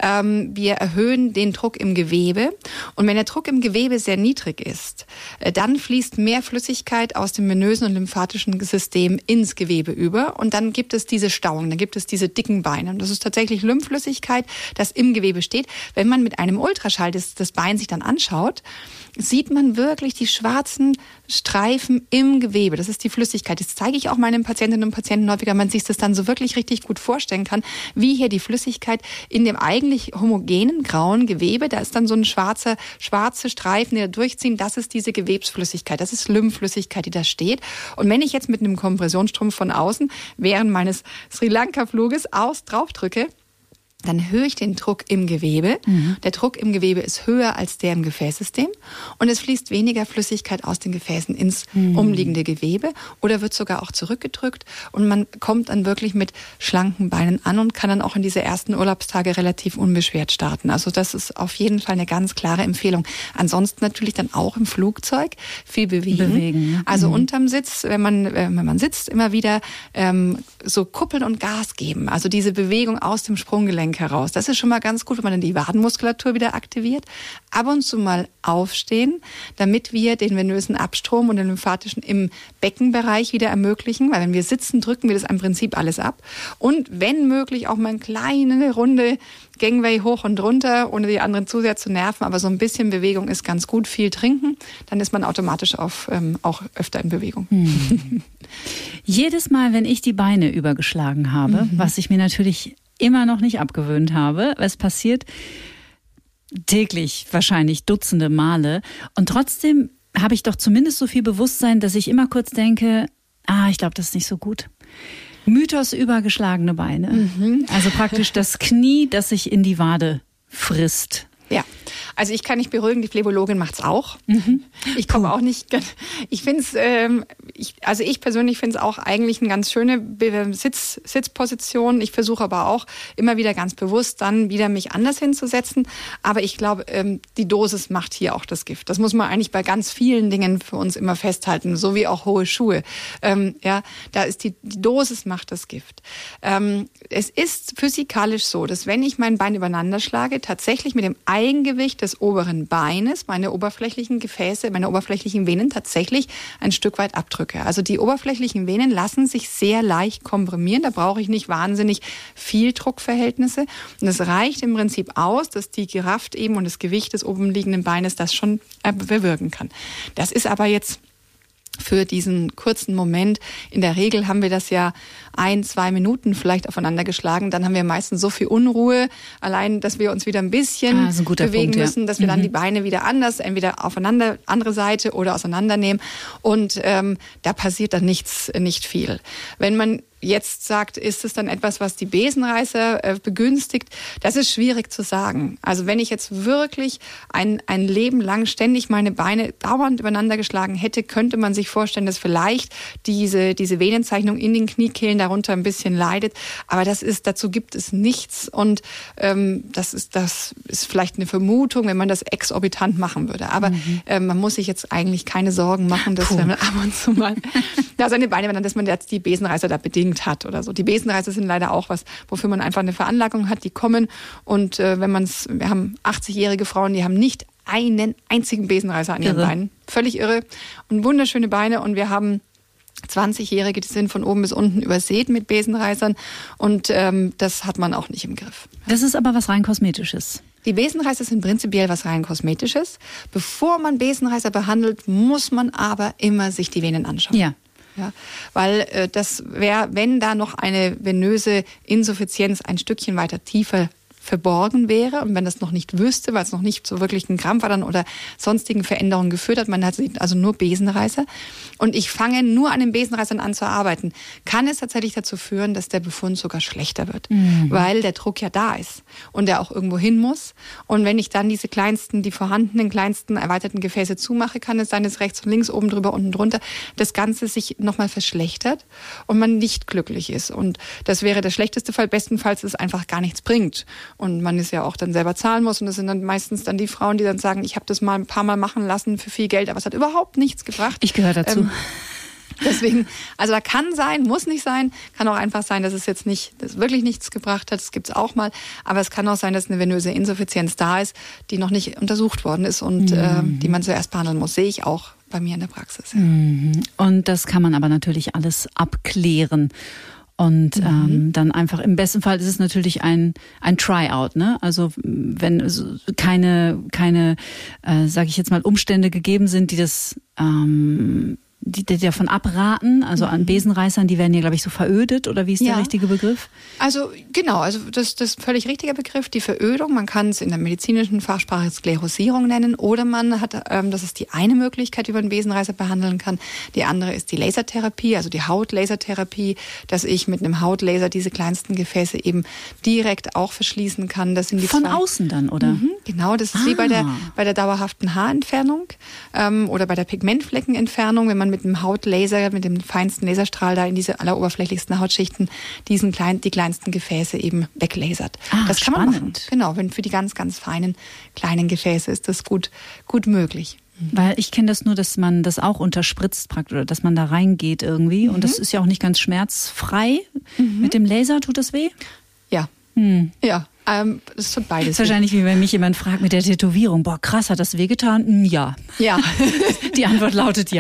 Wir erhöhen den Druck im Gewebe. Und wenn der Druck im Gewebe sehr niedrig ist, dann fließt mehr Flüssigkeit aus dem venösen und lymphatischen System ins Gewebe über. Und dann gibt es diese Stauungen, dann gibt es diese dicken Beine. Und das ist tatsächlich Lymphflüssigkeit, das im Gewebe steht. Wenn man mit einem Ultraschall das Bein sich dann anschaut, sieht man wirklich die schwarzen Streifen im Gewebe. Das ist die Flüssigkeit. Das zeige ich auch meinen Patientinnen und Patienten häufiger. Man sich das dann so wirklich richtig gut vorstellen kann, wie hier die Flüssigkeit in dem eigentlich homogenen grauen Gewebe, da ist dann so ein schwarze Streifen, die da durchziehen. Das ist diese Gewebsflüssigkeit. Das ist Lymphflüssigkeit, die da steht. Und wenn ich jetzt mit einem Kompressionsstrumpf von außen während meines Sri Lanka-Fluges drauf drücke, dann höre ich den Druck im Gewebe. Der Druck im Gewebe ist höher als der im Gefäßsystem und es fließt weniger Flüssigkeit aus den Gefäßen ins umliegende Gewebe oder wird sogar auch zurückgedrückt und man kommt dann wirklich mit schlanken Beinen an und kann dann auch in diese ersten Urlaubstage relativ unbeschwert starten. Also das ist auf jeden Fall eine ganz klare Empfehlung. Ansonsten natürlich dann auch im Flugzeug viel bewegen. Also unterm Sitz, wenn man sitzt, immer wieder so kuppeln und Gas geben. Also diese Bewegung aus dem Sprunggelenk heraus. Das ist schon mal ganz gut, wenn man dann die Wadenmuskulatur wieder aktiviert. Ab und zu mal aufstehen, damit wir den venösen Abstrom und den lymphatischen im Beckenbereich wieder ermöglichen, weil wenn wir sitzen, drücken wir das im Prinzip alles ab. Und wenn möglich auch mal eine kleine Runde Gangway hoch und runter, ohne die anderen zu sehr zu nerven, aber so ein bisschen Bewegung ist ganz gut. Viel trinken, dann ist man automatisch auch öfter in Bewegung. Jedes Mal, wenn ich die Beine übergeschlagen habe, was ich mir natürlich immer noch nicht abgewöhnt habe, was passiert, täglich wahrscheinlich Dutzende Male. Und trotzdem habe ich doch zumindest so viel Bewusstsein, dass ich immer kurz denke, ich glaube, das ist nicht so gut. Mythos übergeschlagene Beine. Also praktisch das Knie, das sich in die Wade frisst. Ja, also ich kann nicht beruhigen, die Phlebologin macht's auch. Ich komme auch nicht, ich finde es, ich persönlich finde es auch eigentlich eine ganz schöne Sitzposition. Ich versuche aber auch immer wieder ganz bewusst dann wieder mich anders hinzusetzen. Aber ich glaube, die Dosis macht hier auch das Gift. Das muss man eigentlich bei ganz vielen Dingen für uns immer festhalten, so wie auch hohe Schuhe. Da ist die Dosis macht das Gift. Es ist physikalisch so, dass wenn ich mein Bein übereinander schlage, tatsächlich mit dem Eigengewicht des oberen Beines meine oberflächlichen Gefäße, meine oberflächlichen Venen tatsächlich ein Stück weit abdrücke. Also die oberflächlichen Venen lassen sich sehr leicht komprimieren. Da brauche ich nicht wahnsinnig viel Druckverhältnisse. Und es reicht im Prinzip aus, dass die Kraft eben und das Gewicht des oben liegenden Beines das schon bewirken kann. Das ist aber jetzt für diesen kurzen Moment. In der Regel haben wir das ja 1-2 Minuten vielleicht aufeinander geschlagen. Dann haben wir meistens so viel Unruhe, allein, dass wir uns wieder ein bisschen bewegen müssen, dass wir dann die Beine wieder anders, entweder aufeinander, andere Seite oder auseinandernehmen. Und da passiert dann nicht viel. Wenn man jetzt sagt, ist es dann etwas, was die Besenreißer begünstigt? Das ist schwierig zu sagen. Also wenn ich jetzt wirklich ein Leben lang ständig meine Beine dauernd übereinander geschlagen hätte, könnte man sich vorstellen, dass vielleicht diese Venenzeichnung in den Kniekehlen darunter ein bisschen leidet. Aber dazu gibt es nichts. Und das ist vielleicht eine Vermutung, wenn man das exorbitant machen würde. Aber man muss sich jetzt eigentlich keine Sorgen machen, dass wenn man ab und zu mal seine Beine, dass man jetzt die Besenreißer da bedingt hat oder so. Die Besenreißer sind leider auch was, wofür man einfach eine Veranlagung hat, die kommen und wir haben 80-jährige Frauen, die haben nicht einen einzigen Besenreißer an ihren Beinen. Völlig irre und wunderschöne Beine und wir haben 20-Jährige, die sind von oben bis unten übersät mit Besenreißern und das hat man auch nicht im Griff. Das ist aber was rein Kosmetisches. Die Besenreißer sind prinzipiell was rein Kosmetisches. Bevor man Besenreißer behandelt, muss man aber immer sich die Venen anschauen. Ja. Ja, weil das wäre, wenn da noch eine venöse Insuffizienz ein Stückchen weiter tiefer verborgen wäre und wenn das noch nicht wüsste, weil es noch nicht so wirklich einen Krampfadern oder sonstigen Veränderungen geführt hat, man hat also nur Besenreißer und ich fange nur an den Besenreißern an zu arbeiten, kann es tatsächlich dazu führen, dass der Befund sogar schlechter wird, weil der Druck ja da ist und der auch irgendwo hin muss und wenn ich dann die vorhandenen kleinsten erweiterten Gefäße zumache, kann es sein, dass rechts und links, oben drüber, unten drunter das Ganze sich nochmal verschlechtert und man nicht glücklich ist und das wäre der schlechteste Fall, bestenfalls es einfach gar nichts bringt. Und man es ja auch dann selber zahlen muss. Und das sind dann meistens dann die Frauen, die dann sagen, ich habe das mal ein paar Mal machen lassen für viel Geld, aber es hat überhaupt nichts gebracht. Ich gehöre dazu. Deswegen, also da kann sein, muss nicht sein, kann auch einfach sein, dass es jetzt wirklich nichts gebracht hat. Das gibt's auch mal. Aber es kann auch sein, dass eine venöse Insuffizienz da ist, die noch nicht untersucht worden ist und die man zuerst behandeln muss. Sehe ich auch bei mir in der Praxis. Ja. Und das kann man aber natürlich alles abklären. Und dann einfach, im besten Fall ist es natürlich ein Tryout, ne? Also wenn keine sage ich jetzt mal, Umstände gegeben sind, die das die davon abraten, also an Besenreißern, die werden ja, glaube ich, so verödet, oder wie ist der richtige Begriff? Also genau, das ist völlig richtiger Begriff, die Verödung. Man kann es in der medizinischen Fachsprache Sklerosierung nennen oder man hat, das ist die eine Möglichkeit, wie man Besenreißer behandeln kann. Die andere ist die Lasertherapie, also die Hautlasertherapie, dass ich mit einem Hautlaser diese kleinsten Gefäße eben direkt auch verschließen kann. Das sind die von außen dann, oder? Genau, das ist wie bei der dauerhaften Haarentfernung oder bei der Pigmentfleckenentfernung, wenn man mit dem Hautlaser, mit dem feinsten Laserstrahl da in diese alleroberflächlichsten Hautschichten die kleinsten Gefäße eben weglasert. Das kann man machen. Genau, für die ganz, ganz feinen, kleinen Gefäße ist das gut möglich. Weil ich kenne das nur, dass man das auch unterspritzt praktisch, oder dass man da reingeht irgendwie. Und das ist ja auch nicht ganz schmerzfrei. Mit dem Laser tut das weh? Ja. Ja. Das tut beides. Das ist wahrscheinlich, wie wenn mich jemand fragt mit der Tätowierung, boah krass, hat das wehgetan? Ja. Ja. Die Antwort lautet ja.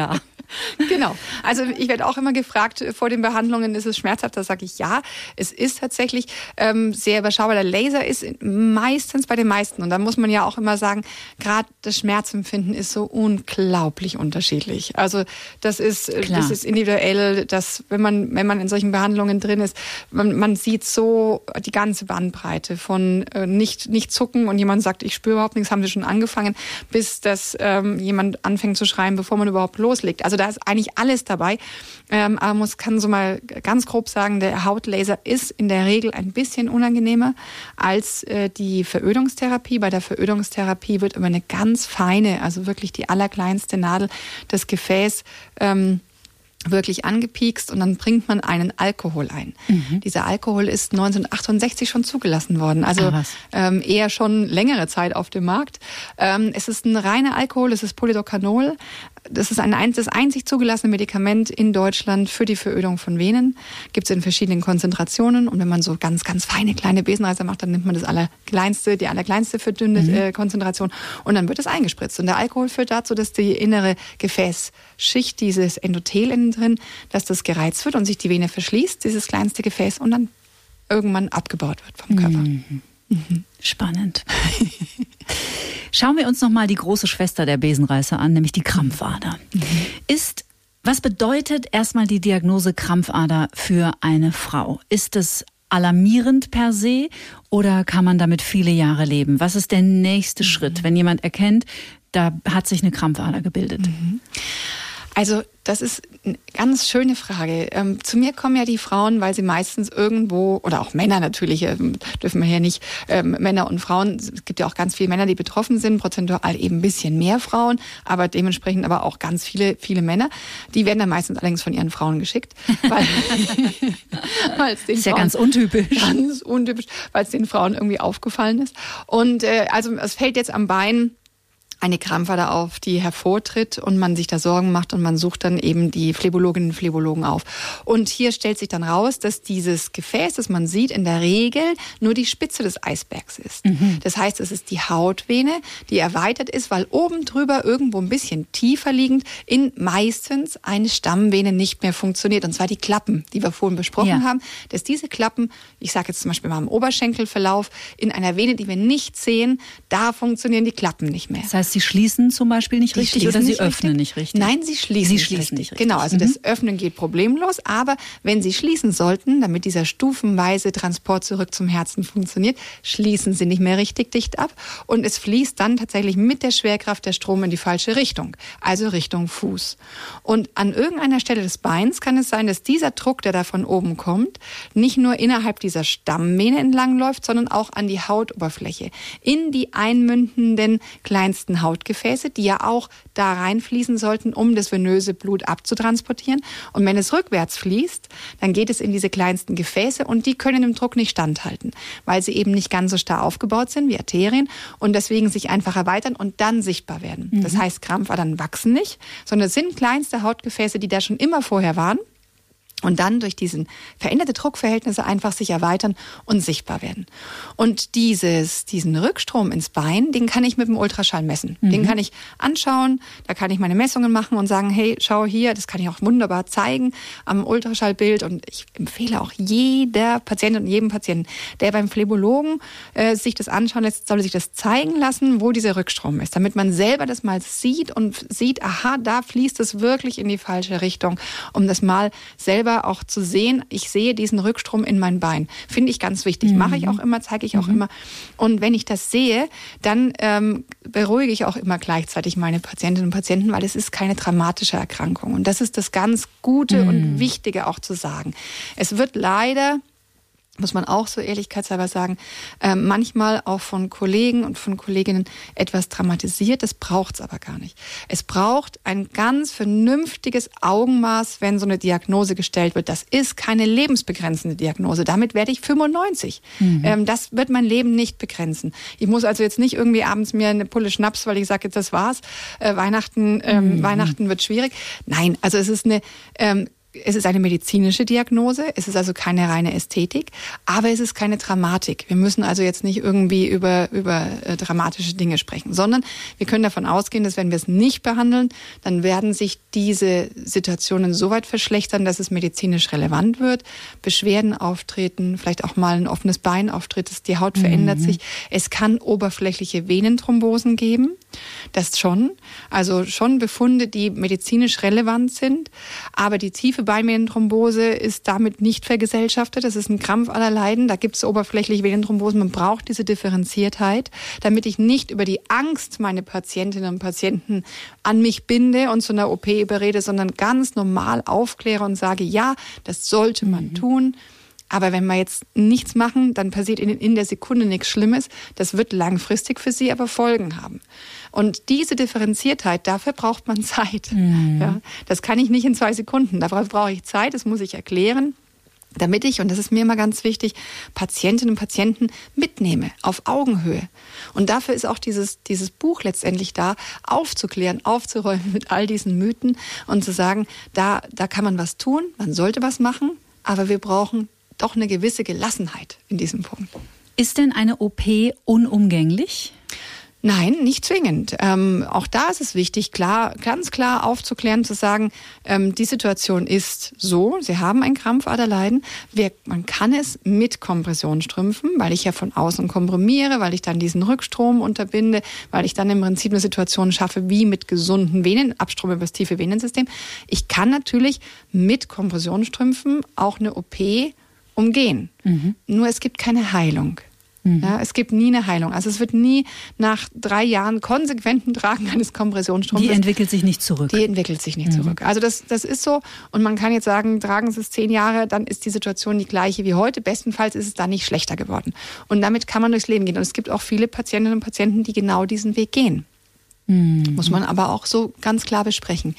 Genau. Also ich werde auch immer gefragt vor den Behandlungen, ist es schmerzhaft? Da sage ich ja. Es ist tatsächlich sehr überschaubar. Der Laser ist meistens bei den meisten. Und da muss man ja auch immer sagen, gerade das Schmerzempfinden ist so unglaublich unterschiedlich. Also das ist individuell, dass wenn man in solchen Behandlungen drin ist, man sieht so die ganze Bandbreite von nicht zucken und jemand sagt, ich spüre überhaupt nichts, haben sie schon angefangen, bis dass jemand anfängt zu schreien, bevor man überhaupt loslegt. Also da ist eigentlich alles dabei. Aber man kann so mal ganz grob sagen, der Hautlaser ist in der Regel ein bisschen unangenehmer als die Verödungstherapie. Bei der Verödungstherapie wird über eine ganz feine, also wirklich die allerkleinste Nadel, das Gefäß wirklich angepiekst und dann bringt man einen Alkohol ein. Dieser Alkohol ist 1968 schon zugelassen worden, also eher schon längere Zeit auf dem Markt. Es ist ein reiner Alkohol, es ist Polydocanol. Das ist das einzig zugelassene Medikament in Deutschland für die Verödung von Venen. Gibt es in verschiedenen Konzentrationen. Und wenn man so ganz, ganz feine kleine Besenreißer macht, dann nimmt man die allerkleinste verdünnte Konzentration und dann wird es eingespritzt. Und der Alkohol führt dazu, dass die innere Gefäßschicht, dieses Endothel innen drin, dass das gereizt wird und sich die Vene verschließt, dieses kleinste Gefäß, und dann irgendwann abgebaut wird vom Körper. Spannend. Schauen wir uns nochmal die große Schwester der Besenreißer an, nämlich die Krampfader. Was bedeutet erstmal die Diagnose Krampfader für eine Frau? Ist es alarmierend per se oder kann man damit viele Jahre leben? Was ist der nächste Schritt, wenn jemand erkennt, da hat sich eine Krampfader gebildet? Also das ist eine ganz schöne Frage. Zu mir kommen ja die Frauen, weil sie meistens irgendwo, oder auch Männer natürlich, dürfen wir hier nicht, Männer und Frauen, es gibt ja auch ganz viele Männer, die betroffen sind, prozentual eben ein bisschen mehr Frauen, aber dementsprechend aber auch ganz viele Männer. Die werden dann meistens allerdings von ihren Frauen geschickt. Weil es den ist ja Frauen ganz untypisch. Ganz untypisch, weil es den Frauen irgendwie aufgefallen ist. Und also es fällt jetzt am Bein eine Krampfader auf, die hervortritt und man sich da Sorgen macht und man sucht dann eben die Phlebologinnen und Phlebologen auf. Und hier stellt sich dann raus, dass dieses Gefäß, das man sieht, in der Regel nur die Spitze des Eisbergs ist. Das heißt, es ist die Hautvene, die erweitert ist, weil oben drüber irgendwo ein bisschen tiefer liegend meistens eine Stammvene nicht mehr funktioniert. Und zwar die Klappen, die wir vorhin besprochen haben, dass diese Klappen, ich sage jetzt zum Beispiel mal im Oberschenkelverlauf, in einer Vene, die wir nicht sehen, da funktionieren die Klappen nicht mehr. Das heißt, sie schließen zum Beispiel nicht richtig oder sie öffnen nicht richtig? Nein, sie schließen nicht richtig. Genau, also das Öffnen geht problemlos, aber wenn sie schließen sollten, damit dieser stufenweise Transport zurück zum Herzen funktioniert, schließen sie nicht mehr richtig dicht ab und es fließt dann tatsächlich mit der Schwerkraft der Strom in die falsche Richtung, also Richtung Fuß. Und an irgendeiner Stelle des Beins kann es sein, dass dieser Druck, der da von oben kommt, nicht nur innerhalb dieser Stammvene entlang läuft, sondern auch an die Hautoberfläche, in die einmündenden kleinsten Hautgefäße, die ja auch da reinfließen sollten, um das venöse Blut abzutransportieren. Und wenn es rückwärts fließt, dann geht es in diese kleinsten Gefäße und die können dem Druck nicht standhalten, weil sie eben nicht ganz so starr aufgebaut sind wie Arterien und deswegen sich einfach erweitern und dann sichtbar werden. Das heißt, Krampfadern wachsen nicht, sondern es sind kleinste Hautgefäße, die da schon immer vorher waren. Und dann durch diesen veränderte Druckverhältnisse einfach sich erweitern und sichtbar werden. Und diesen Rückstrom ins Bein, den kann ich mit dem Ultraschall messen. Den kann ich anschauen, da kann ich meine Messungen machen und sagen, hey, schau hier, das kann ich auch wunderbar zeigen am Ultraschallbild. Und ich empfehle auch jeder Patientin und jedem Patienten, der beim Phlebologen sich das anschauen lässt, soll sich das zeigen lassen, wo dieser Rückstrom ist, damit man selber das mal sieht und sieht, aha, da fließt es wirklich in die falsche Richtung, um das mal selber auch zu sehen, ich sehe diesen Rückstrom in mein Bein. Finde ich ganz wichtig. Mache ich auch immer, zeige ich auch immer. Und wenn ich das sehe, dann beruhige ich auch immer gleichzeitig meine Patientinnen und Patienten, weil es ist keine dramatische Erkrankung. Und das ist das ganz Gute und Wichtige auch zu sagen. Es wird leider, muss man auch so ehrlichkeitshalber sagen, manchmal auch von Kollegen und von Kolleginnen etwas dramatisiert. Das braucht es aber gar nicht. Es braucht ein ganz vernünftiges Augenmaß, wenn so eine Diagnose gestellt wird. Das ist keine lebensbegrenzende Diagnose. Damit werde ich 95. Das wird mein Leben nicht begrenzen. Ich muss also jetzt nicht irgendwie abends mir eine Pulle Schnaps, weil ich sage, jetzt das war's. Weihnachten wird schwierig. Nein, also es ist eine es ist eine medizinische Diagnose, es ist also keine reine Ästhetik, aber es ist keine Dramatik. Wir müssen also jetzt nicht irgendwie über dramatische Dinge sprechen, sondern wir können davon ausgehen, dass wenn wir es nicht behandeln, dann werden sich diese Situationen so weit verschlechtern, dass es medizinisch relevant wird, Beschwerden auftreten, vielleicht auch mal ein offenes Bein auftritt, die Haut verändert sich. Es kann oberflächliche Venenthrombosen geben, das schon, also schon Befunde, die medizinisch relevant sind, aber die tiefe Beinvenenthrombose ist damit nicht vergesellschaftet. Das ist ein Krampfaderleiden. Da gibt es oberflächliche Venenthrombosen. Man braucht diese Differenziertheit, damit ich nicht über die Angst meine Patientinnen und Patienten an mich binde und zu einer OP überrede, sondern ganz normal aufkläre und sage, ja, das sollte man tun. Aber wenn wir jetzt nichts machen, dann passiert in der Sekunde nichts Schlimmes. Das wird langfristig für Sie aber Folgen haben. Und diese Differenziertheit, dafür braucht man Zeit. Ja, das kann ich nicht in 2 Sekunden. Dafür brauche ich Zeit, das muss ich erklären, damit ich, und das ist mir immer ganz wichtig, Patientinnen und Patienten mitnehme, auf Augenhöhe. Und dafür ist auch dieses Buch letztendlich da, aufzuklären, aufzuräumen mit all diesen Mythen und zu sagen, da kann man was tun, man sollte was machen, aber wir brauchen doch eine gewisse Gelassenheit in diesem Punkt. Ist denn eine OP unumgänglich? Nein, nicht zwingend. Auch da ist es wichtig, ganz klar aufzuklären, zu sagen, die Situation ist so, Sie haben ein Krampfaderleiden. Man kann es mit Kompressionsstrümpfen, weil ich ja von außen komprimiere, weil ich dann diesen Rückstrom unterbinde, weil ich dann im Prinzip eine Situation schaffe, wie mit gesunden Venen, Abstrom über das tiefe Venensystem. Ich kann natürlich mit Kompressionsstrümpfen auch eine OP umgehen. Nur es gibt keine Heilung. Ja, es gibt nie eine Heilung. Also es wird nie nach 3 Jahren konsequenten Tragen eines Kompressionsstrumpfes. Die entwickelt sich nicht zurück. Zurück. Also das ist so. Und man kann jetzt sagen, tragen Sie es 10 Jahre, dann ist die Situation die gleiche wie heute. Bestenfalls ist es dann nicht schlechter geworden. Und damit kann man durchs Leben gehen. Und es gibt auch viele Patientinnen und Patienten, die genau diesen Weg gehen. Muss man aber auch so ganz klar besprechen.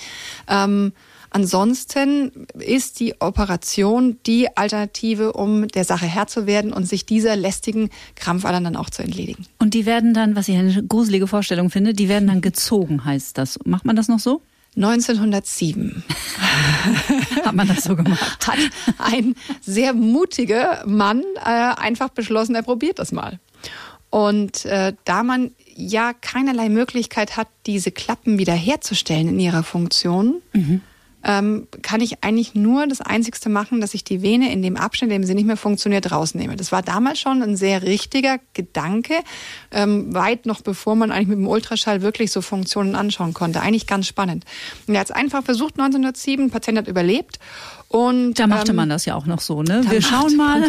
Ansonsten ist die Operation die Alternative, um der Sache Herr zu werden und sich dieser lästigen Krampfadern dann auch zu entledigen. Und die werden dann, was ich eine gruselige Vorstellung finde, die werden dann gezogen, heißt das. Macht man das noch so? 1907 hat man das so gemacht. Hat ein sehr mutiger Mann einfach beschlossen, er probiert das mal. Und da man ja keinerlei Möglichkeit hat, diese Klappen wiederherzustellen in ihrer Funktion, kann ich eigentlich nur das Einzigste machen, dass ich die Vene in dem Abschnitt, in dem sie nicht mehr funktioniert, rausnehme. Das war damals schon ein sehr richtiger Gedanke, weit noch bevor man eigentlich mit dem Ultraschall wirklich so Funktionen anschauen konnte. Eigentlich ganz spannend. Und er hat es einfach versucht, 1907, ein Patient hat überlebt. Und da machte man das ja auch noch so, ne? Wir schauen mal,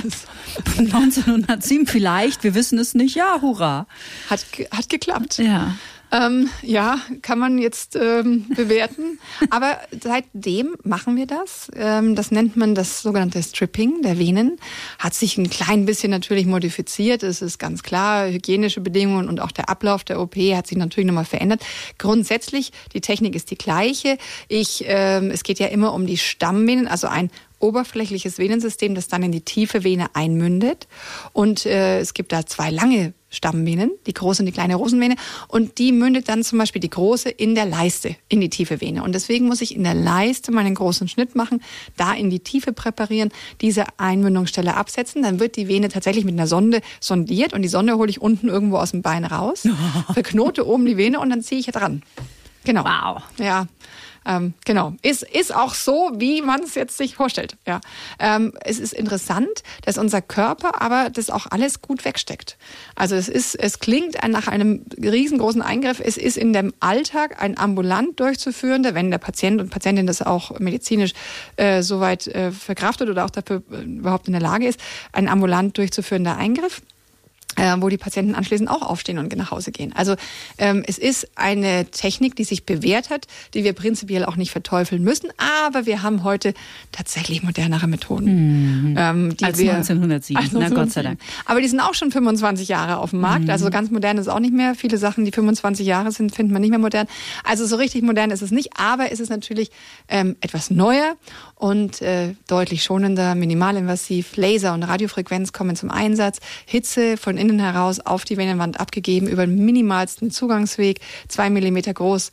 1907 vielleicht, wir wissen es nicht, ja, hurra. Hat geklappt. Ja. Ja, kann man jetzt bewerten. Aber seitdem machen wir das. Das nennt man das sogenannte Stripping der Venen. Hat sich ein klein bisschen natürlich modifiziert. Es ist ganz klar, hygienische Bedingungen und auch der Ablauf der OP hat sich natürlich nochmal verändert. Grundsätzlich, die Technik ist die gleiche. Es geht ja immer um die Stammvenen, also ein oberflächliches Venensystem, das dann in die tiefe Vene einmündet. Und es gibt da 2 lange Stammvenen, die große und die kleine Rosenvene. Und die mündet dann zum Beispiel die große in der Leiste, in die tiefe Vene. Und deswegen muss ich in der Leiste meinen großen Schnitt machen, da in die Tiefe präparieren, diese Einmündungsstelle absetzen. Dann wird die Vene tatsächlich mit einer Sonde sondiert und die Sonde hole ich unten irgendwo aus dem Bein raus, verknote oben die Vene und dann ziehe ich dran. Genau. Wow. Ja. Genau. Ist auch so, wie man es jetzt sich vorstellt. Ja. Es ist interessant, dass unser Körper aber das auch alles gut wegsteckt. Also es klingt nach einem riesengroßen Eingriff. Es ist in dem Alltag ein ambulant durchzuführender, wenn der Patient und Patientin das auch medizinisch soweit verkraftet oder auch dafür überhaupt in der Lage ist, ein ambulant durchzuführender Eingriff, wo die Patienten anschließend auch aufstehen und nach Hause gehen. Also es ist eine Technik, die sich bewährt hat, die wir prinzipiell auch nicht verteufeln müssen, aber wir haben heute tatsächlich modernere Methoden. Als 1907, na Gott sei Dank. Aber die sind auch schon 25 Jahre auf dem Markt, also ganz modern ist es auch nicht mehr. Viele Sachen, die 25 Jahre sind, findet man nicht mehr modern. Also so richtig modern ist es nicht, aber es ist natürlich etwas neuer und deutlich schonender, minimalinvasiv. Laser und Radiofrequenz kommen zum Einsatz. Hitze von innen heraus auf die Venenwand abgegeben über den minimalsten Zugangsweg, 2 Millimeter groß,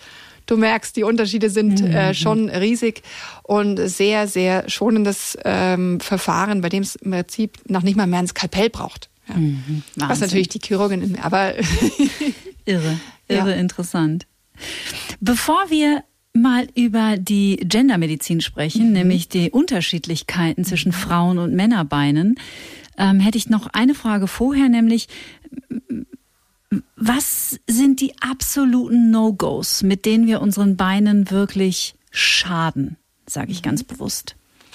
du merkst, die Unterschiede sind schon riesig und sehr, sehr schonendes Verfahren, bei dem es im Prinzip noch nicht mal mehr ein Skalpell braucht. Ja. Was natürlich die Chirurgin, aber irre interessant. Bevor wir mal über die Gendermedizin sprechen, nämlich die Unterschiedlichkeiten zwischen Frauen- und Männerbeinen, hätte ich noch eine Frage vorher, nämlich was sind die absoluten No-Gos, mit denen wir unseren Beinen wirklich schaden, sage ich ganz bewusst?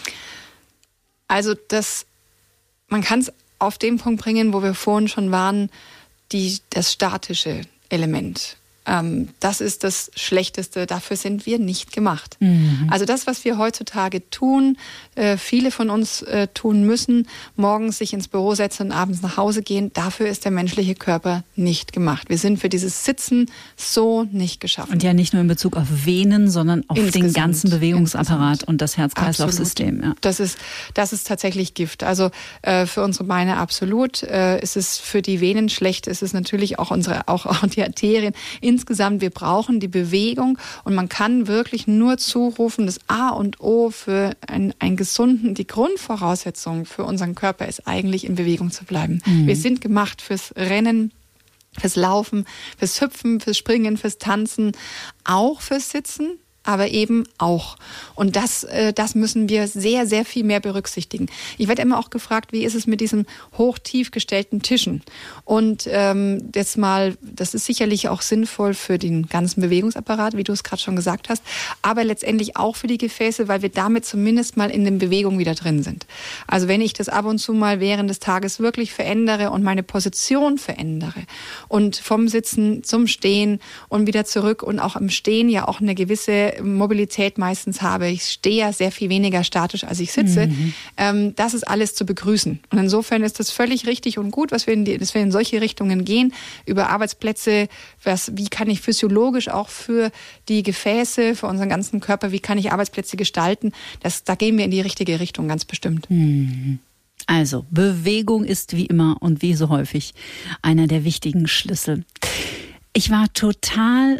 Also man kann es auf den Punkt bringen, wo wir vorhin schon waren, das statische Element. Das ist das Schlechteste, dafür sind wir nicht gemacht. Also das, was wir heutzutage tun, viele von uns tun müssen, morgens sich ins Büro setzen und abends nach Hause gehen, dafür ist der menschliche Körper nicht gemacht. Wir sind für dieses Sitzen so nicht geschaffen. Und ja nicht nur in Bezug auf Venen, sondern auf den ganzen Bewegungsapparat und das Herz-Kreislauf-System. Ja. Das ist tatsächlich Gift. Also für unsere Beine absolut. Ist es für die Venen schlecht, ist es natürlich auch auch die Arterien. Insgesamt, wir brauchen die Bewegung und man kann wirklich nur zurufen, das A und O für einen gesunden, die Grundvoraussetzung für unseren Körper ist eigentlich in Bewegung zu bleiben. Wir sind gemacht fürs Rennen, fürs Laufen, fürs Hüpfen, fürs Springen, fürs Tanzen, auch fürs Sitzen. Aber eben auch. Und das müssen wir sehr, sehr viel mehr berücksichtigen. Ich werde immer auch gefragt, wie ist es mit diesen hoch-tief gestellten Tischen? Und das ist sicherlich auch sinnvoll für den ganzen Bewegungsapparat, wie du es gerade schon gesagt hast, aber letztendlich auch für die Gefäße, weil wir damit zumindest mal in der Bewegung wieder drin sind. Also wenn ich das ab und zu mal während des Tages wirklich verändere und meine Position verändere und vom Sitzen zum Stehen und wieder zurück und auch im Stehen ja auch eine gewisse Mobilität meistens habe. Ich stehe ja sehr viel weniger statisch, als ich sitze. Das ist alles zu begrüßen. Und insofern ist das völlig richtig und gut, dass wir in solche Richtungen gehen, über Arbeitsplätze, wie kann ich physiologisch auch für die Gefäße, für unseren ganzen Körper, wie kann ich Arbeitsplätze gestalten. Da gehen wir in die richtige Richtung, ganz bestimmt. Also, Bewegung ist wie immer und wie so häufig einer der wichtigen Schlüssel. Ich war total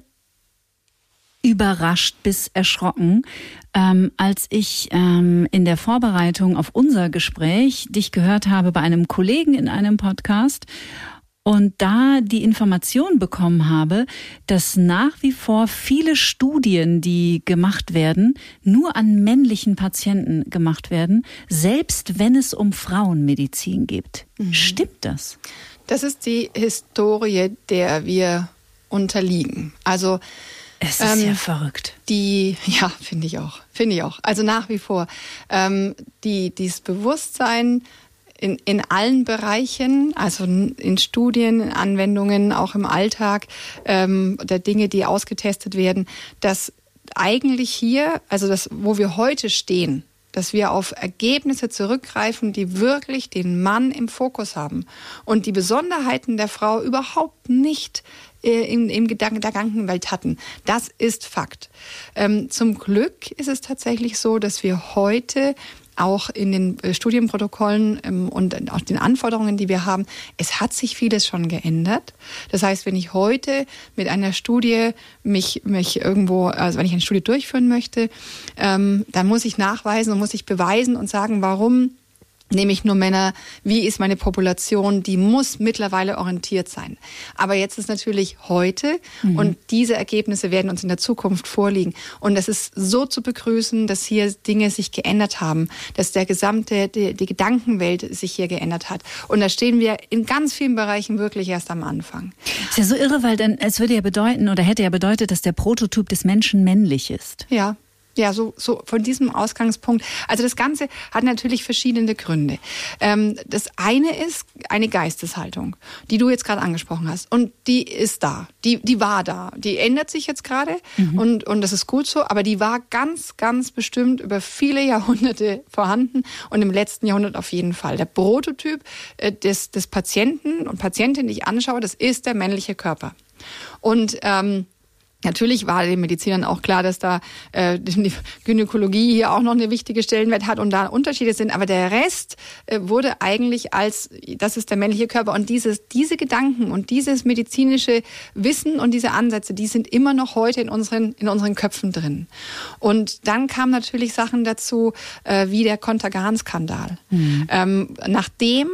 überrascht bis erschrocken, als ich in der Vorbereitung auf unser Gespräch dich gehört habe bei einem Kollegen in einem Podcast und da die Information bekommen habe, dass nach wie vor viele Studien, die gemacht werden, nur an männlichen Patienten gemacht werden, selbst wenn es um Frauenmedizin geht. Stimmt das? Das ist die Historie, der wir unterliegen. Also es ist ja verrückt. Ja, finde ich auch. Also nach wie vor. Dieses Bewusstsein in allen Bereichen, also in Studien, in Anwendungen, auch im Alltag, der Dinge, die ausgetestet werden, dass eigentlich hier, also das, wo wir heute stehen, dass wir auf Ergebnisse zurückgreifen, die wirklich den Mann im Fokus haben und die Besonderheiten der Frau überhaupt nicht im Gedankenwelt hatten. Das ist Fakt. Zum Glück ist es tatsächlich so, dass wir heute auch in den Studienprotokollen und auch den Anforderungen, die wir haben, es hat sich vieles schon geändert. Das heißt, wenn ich heute mit einer Studie mich irgendwo, also wenn ich eine Studie durchführen möchte, dann muss ich nachweisen und muss ich beweisen und sagen, warum nehme ich nur Männer, wie ist meine Population, die muss mittlerweile orientiert sein. Aber jetzt ist natürlich heute und diese Ergebnisse werden uns in der Zukunft vorliegen. Und das ist so zu begrüßen, dass hier Dinge sich geändert haben, dass die Gedankenwelt sich hier geändert hat. Und da stehen wir in ganz vielen Bereichen wirklich erst am Anfang. Ist ja so irre, weil dann, es würde ja bedeuten oder hätte ja bedeutet, dass der Prototyp des Menschen männlich ist. Ja, so von diesem Ausgangspunkt. Also das Ganze hat natürlich verschiedene Gründe. Das eine ist eine Geisteshaltung, die du jetzt gerade angesprochen hast. Und die ist da. Die war da. Die ändert sich jetzt gerade. Und das ist gut so. Aber die war ganz, ganz bestimmt über viele Jahrhunderte vorhanden. Und im letzten Jahrhundert auf jeden Fall. Der Prototyp des Patienten und Patientin, die ich anschaue, das ist der männliche Körper. Und Natürlich war den Medizinern auch klar, dass da die Gynäkologie hier auch noch eine wichtige Stellenwert hat und da Unterschiede sind. Aber der Rest wurde eigentlich das ist der männliche Körper. Und diese Gedanken und dieses medizinische Wissen und diese Ansätze, die sind immer noch heute in unseren Köpfen drin. Und dann kamen natürlich Sachen dazu, wie der Contergan-Skandal. Nachdem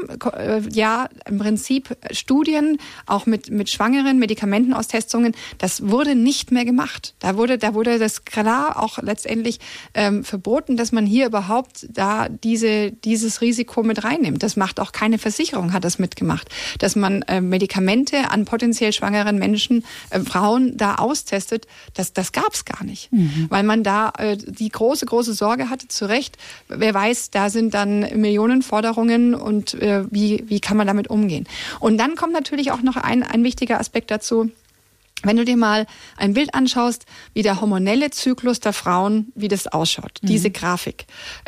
im Prinzip Studien auch mit Schwangeren, Medikamentenaustestungen, das wurde nicht mehr gemacht. Da wurde das klar auch letztendlich verboten, dass man hier überhaupt da dieses Risiko mit reinnimmt. Das macht auch keine Versicherung, hat das mitgemacht. Dass man Medikamente an potenziell schwangeren Menschen, Frauen da austestet, das gab es gar nicht. Weil man da die große Sorge hatte, zu Recht, wer weiß, da sind dann Millionen Forderungen und wie kann man damit umgehen. Und dann kommt natürlich auch noch ein wichtiger Aspekt dazu. Wenn du dir mal ein Bild anschaust, wie der hormonelle Zyklus der Frauen, wie das ausschaut, diese Grafik,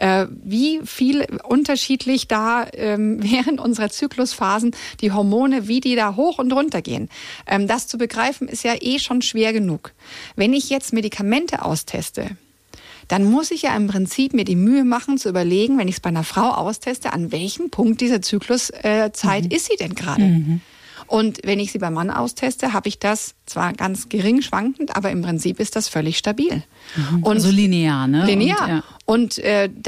wie viel unterschiedlich da während unserer Zyklusphasen die Hormone, wie die da hoch und runter gehen. Das zu begreifen ist ja schon schwer genug. Wenn ich jetzt Medikamente austeste, dann muss ich ja im Prinzip mir die Mühe machen, zu überlegen, wenn ich es bei einer Frau austeste, an welchem Punkt dieser Zykluszeit ist sie denn gerade? Und wenn ich sie beim Mann austeste, habe ich das zwar ganz gering schwankend, aber im Prinzip ist das völlig stabil. Und also linear, ne? Linear. Und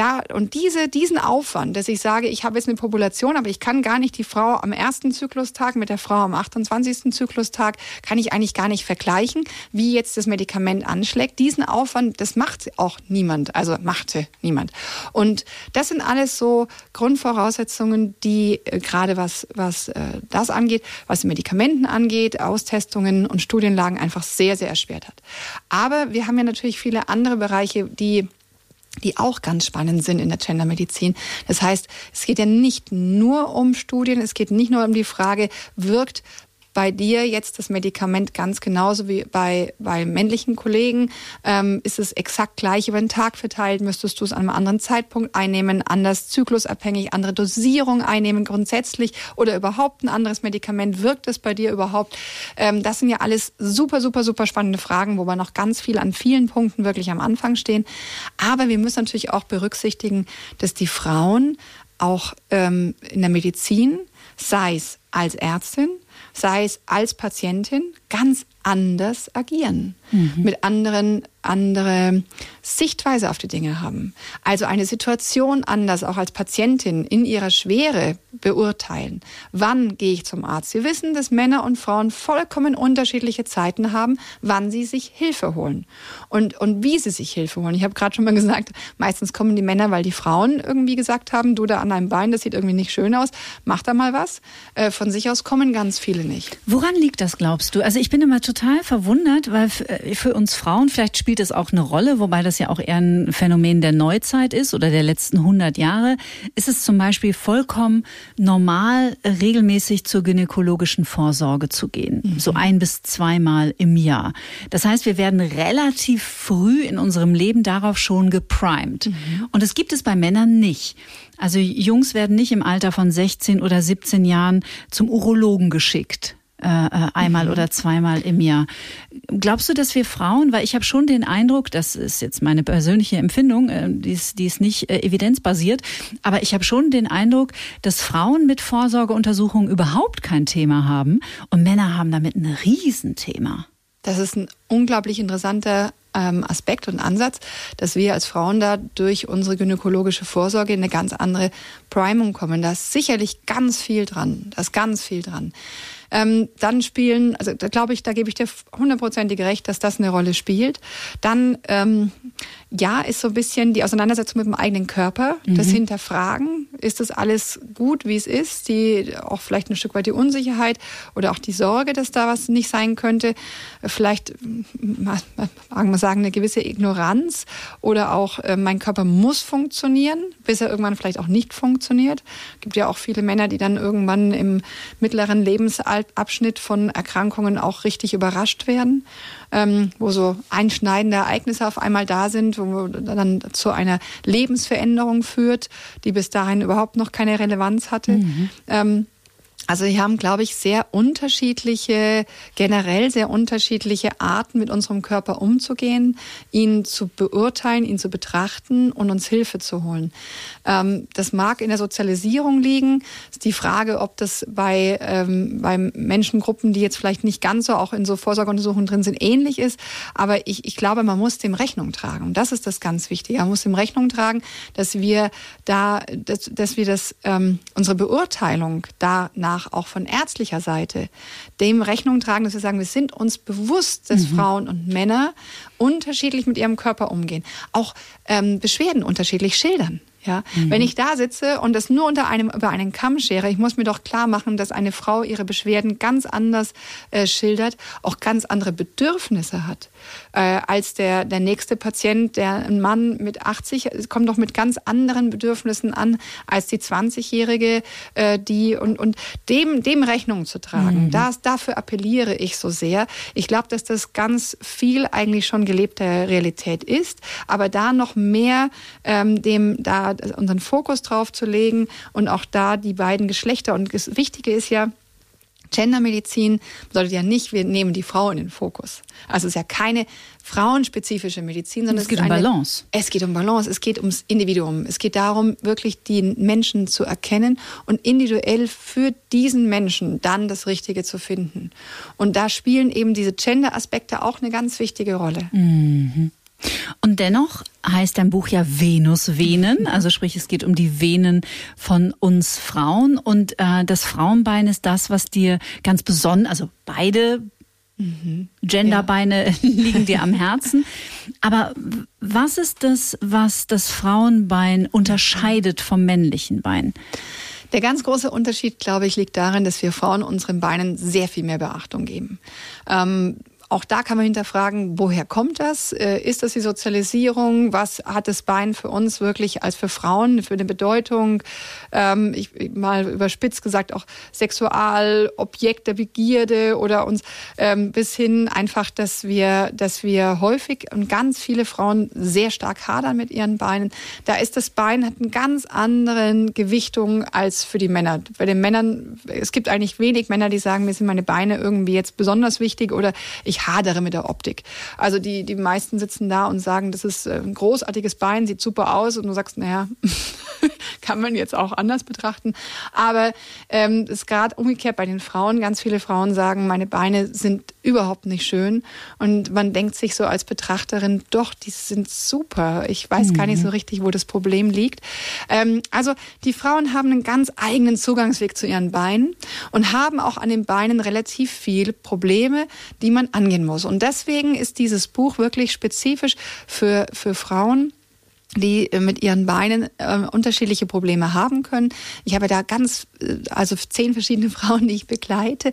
diesen Aufwand, dass ich sage, ich habe jetzt eine Population, aber ich kann gar nicht die Frau am 1. Zyklustag mit der Frau am 28. Zyklustag, kann ich eigentlich gar nicht vergleichen, wie jetzt das Medikament anschlägt. Diesen Aufwand, das macht auch niemand, also machte niemand. Und das sind alles so Grundvoraussetzungen, die gerade was das angeht, was Medikamenten angeht, Austestungen und Studienlagen einfach sehr, sehr erschwert hat. Aber wir haben ja natürlich viele andere Bereiche, die auch ganz spannend sind in der Gendermedizin. Das heißt, es geht ja nicht nur um Studien, es geht nicht nur um die Frage, wirkt bei dir jetzt das Medikament ganz genauso wie bei männlichen Kollegen? Ist es exakt gleich über den Tag verteilt? Müsstest du es an einem anderen Zeitpunkt einnehmen, anders zyklusabhängig, andere Dosierung einnehmen grundsätzlich oder überhaupt ein anderes Medikament? Wirkt es bei dir überhaupt? Das sind ja alles super, super, super spannende Fragen, wo wir noch ganz viel an vielen Punkten wirklich am Anfang stehen. Aber wir müssen natürlich auch berücksichtigen, dass die Frauen auch in der Medizin, sei es als Ärztin, sei es als Patientin, ganz anders agieren, mit andere Sichtweise auf die Dinge haben. Also eine Situation anders auch als Patientin in ihrer Schwere beurteilen. Wann gehe ich zum Arzt? Wir wissen, dass Männer und Frauen vollkommen unterschiedliche Zeiten haben, wann sie sich Hilfe holen und wie sie sich Hilfe holen. Ich habe gerade schon mal gesagt, meistens kommen die Männer, weil die Frauen irgendwie gesagt haben, du da an deinem Bein, das sieht irgendwie nicht schön aus, mach da mal was. Von sich aus kommen ganz viele nicht. Woran liegt das, glaubst du? Also ich bin immer total verwundert, weil für uns Frauen, vielleicht spielt es auch eine Rolle, wobei das ja auch eher ein Phänomen der Neuzeit ist oder der letzten 100 Jahre, ist es zum Beispiel vollkommen normal, regelmäßig zur gynäkologischen Vorsorge zu gehen. So 1 bis 2 Mal im Jahr. Das heißt, wir werden relativ früh in unserem Leben darauf schon geprimed. Und das gibt es bei Männern nicht. Also Jungs werden nicht im Alter von 16 oder 17 Jahren zum Urologen geschickt. Einmal oder 2-mal im Jahr. Glaubst du, dass wir Frauen, weil ich habe schon den Eindruck, das ist jetzt meine persönliche Empfindung, die ist nicht evidenzbasiert, aber ich habe schon den Eindruck, dass Frauen mit Vorsorgeuntersuchungen überhaupt kein Thema haben und Männer haben damit ein Riesenthema. Das ist ein unglaublich interessanter Aspekt und Ansatz, dass wir als Frauen da durch unsere gynäkologische Vorsorge in eine ganz andere Primung kommen. Da ist sicherlich ganz viel dran. Dann spielen, also da glaube ich, da gebe ich dir 100%ig recht, dass das eine Rolle spielt. Dann, ist so ein bisschen die Auseinandersetzung mit dem eigenen Körper, das Hinterfragen, ist das alles gut, wie es ist, auch vielleicht ein Stück weit die Unsicherheit oder auch die Sorge, dass da was nicht sein könnte, vielleicht, sagen, eine gewisse Ignoranz oder auch mein Körper muss funktionieren, bis er irgendwann vielleicht auch nicht funktioniert. Es gibt ja auch viele Männer, die dann irgendwann im mittleren Lebensabschnitt von Erkrankungen auch richtig überrascht werden, wo so einschneidende Ereignisse auf einmal da sind, wo dann zu einer Lebensveränderung führt, die bis dahin überhaupt noch keine Relevanz hatte. Also wir haben, glaube ich, generell sehr unterschiedliche Arten, mit unserem Körper umzugehen, ihn zu beurteilen, ihn zu betrachten und uns Hilfe zu holen. Das mag in der Sozialisierung liegen. Ist die Frage, ob das bei Menschengruppen, die jetzt vielleicht nicht ganz so auch in so Vorsorgeuntersuchungen drin sind, ähnlich ist. Aber ich glaube, man muss dem Rechnung tragen. Und das ist das ganz Wichtige. Man muss dem Rechnung tragen, dass wir unsere Beurteilung danach auch von ärztlicher Seite dem Rechnung tragen, dass wir sagen, wir sind uns bewusst, dass Frauen und Männer unterschiedlich mit ihrem Körper umgehen. Auch Beschwerden unterschiedlich schildern. Ja, wenn ich da sitze und das nur über einen Kamm schere, ich muss mir doch klar machen, dass eine Frau ihre Beschwerden ganz anders schildert, auch ganz andere Bedürfnisse hat als der nächste Patient, ein Mann mit 80, kommt doch mit ganz anderen Bedürfnissen an als die 20-Jährige, und dem Rechnung zu tragen. Dafür appelliere ich so sehr. Ich glaube, dass das ganz viel eigentlich schon gelebte Realität ist, aber da noch mehr unseren Fokus drauf zu legen und auch da die beiden Geschlechter. Und das Wichtige ist ja, Gendermedizin bedeutet ja nicht, wir nehmen die Frau in den Fokus. Also es ist ja keine frauenspezifische Medizin, sondern es geht um Balance. Es geht um Balance, es geht ums Individuum. Es geht darum, wirklich den Menschen zu erkennen und individuell für diesen Menschen dann das Richtige zu finden. Und da spielen eben diese Gender-Aspekte auch eine ganz wichtige Rolle. Mhm. Und dennoch heißt dein Buch ja Venusvenen, also sprich, es geht um die Venen von uns Frauen und das Frauenbein ist das, was dir ganz besonders, also beide Genderbeine liegen dir am Herzen, aber was ist das, was das Frauenbein unterscheidet vom männlichen Bein? Der ganz große Unterschied, glaube ich, liegt darin, dass wir Frauen unseren Beinen sehr viel mehr Beachtung geben. Auch da kann man hinterfragen, woher kommt das? Ist das die Sozialisierung? Was hat das Bein für uns wirklich als für Frauen für eine Bedeutung? Ich mal überspitzt gesagt auch Sexualobjekt der Begierde oder uns bis hin einfach, dass wir häufig und ganz viele Frauen sehr stark hadern mit ihren Beinen. Da ist das Bein hat eine ganz andere Gewichtung als für die Männer. Bei den Männern, es gibt eigentlich wenig Männer, die sagen, mir sind meine Beine irgendwie jetzt besonders wichtig oder ich hadere mit der Optik. Also die meisten sitzen da und sagen, das ist ein großartiges Bein, sieht super aus und du sagst, naja, kann man jetzt auch anders betrachten. Aber es ist gerade umgekehrt bei den Frauen. Ganz viele Frauen sagen, meine Beine sind überhaupt nicht schön und man denkt sich so als Betrachterin, doch, die sind super. Ich weiß gar nicht so richtig, wo das Problem liegt. Also die Frauen haben einen ganz eigenen Zugangsweg zu ihren Beinen und haben auch an den Beinen relativ viele Probleme, die man angehen muss. Und deswegen ist dieses Buch wirklich spezifisch für Frauen, die mit ihren Beinen unterschiedliche Probleme haben können. Ich habe da 10 verschiedene Frauen, die ich begleite,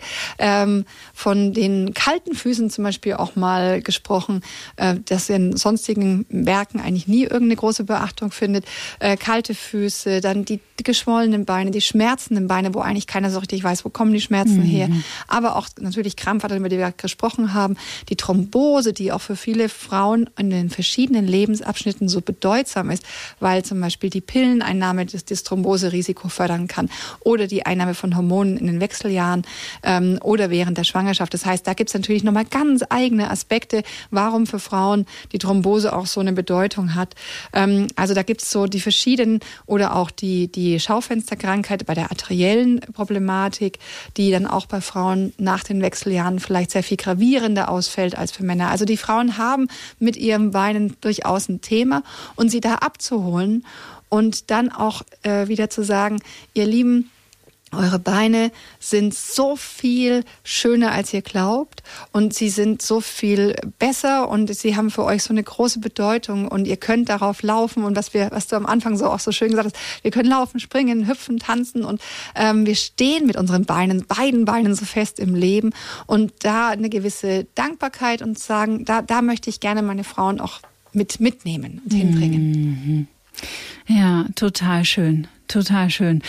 von den kalten Füßen zum Beispiel auch mal gesprochen, das in sonstigen Werken eigentlich nie irgendeine große Beachtung findet. Kalte Füße, dann die geschwollenen Beine, die schmerzenden Beine, wo eigentlich keiner so richtig weiß, wo kommen die Schmerzen her. Aber auch natürlich Krampfadern, über die wir gesprochen haben. Die Thrombose, die auch für viele Frauen in den verschiedenen Lebensabschnitten so bedeutsam ist, weil zum Beispiel die Pilleneinnahme das Thromboserisiko fördern kann oder die Einnahme von Hormonen in den Wechseljahren oder während der Schwangerschaft. Das heißt, da gibt es natürlich nochmal ganz eigene Aspekte, warum für Frauen die Thrombose auch so eine Bedeutung hat. Also da gibt es so die verschiedenen oder auch die Schaufensterkrankheit bei der arteriellen Problematik, die dann auch bei Frauen nach den Wechseljahren vielleicht sehr viel gravierender ausfällt als für Männer. Also die Frauen haben mit ihren Beinen durchaus ein Thema und sie da abzuholen und dann auch wieder zu sagen, ihr Lieben, eure Beine sind so viel schöner, als ihr glaubt und sie sind so viel besser und sie haben für euch so eine große Bedeutung und ihr könnt darauf laufen und was du am Anfang so auch so schön gesagt hast, wir können laufen, springen, hüpfen, tanzen und wir stehen mit unseren beiden Beinen so fest im Leben und da eine gewisse Dankbarkeit und sagen, da möchte ich gerne meine Frauen auch mitnehmen und hinbringen. Ja, total schön, total schön.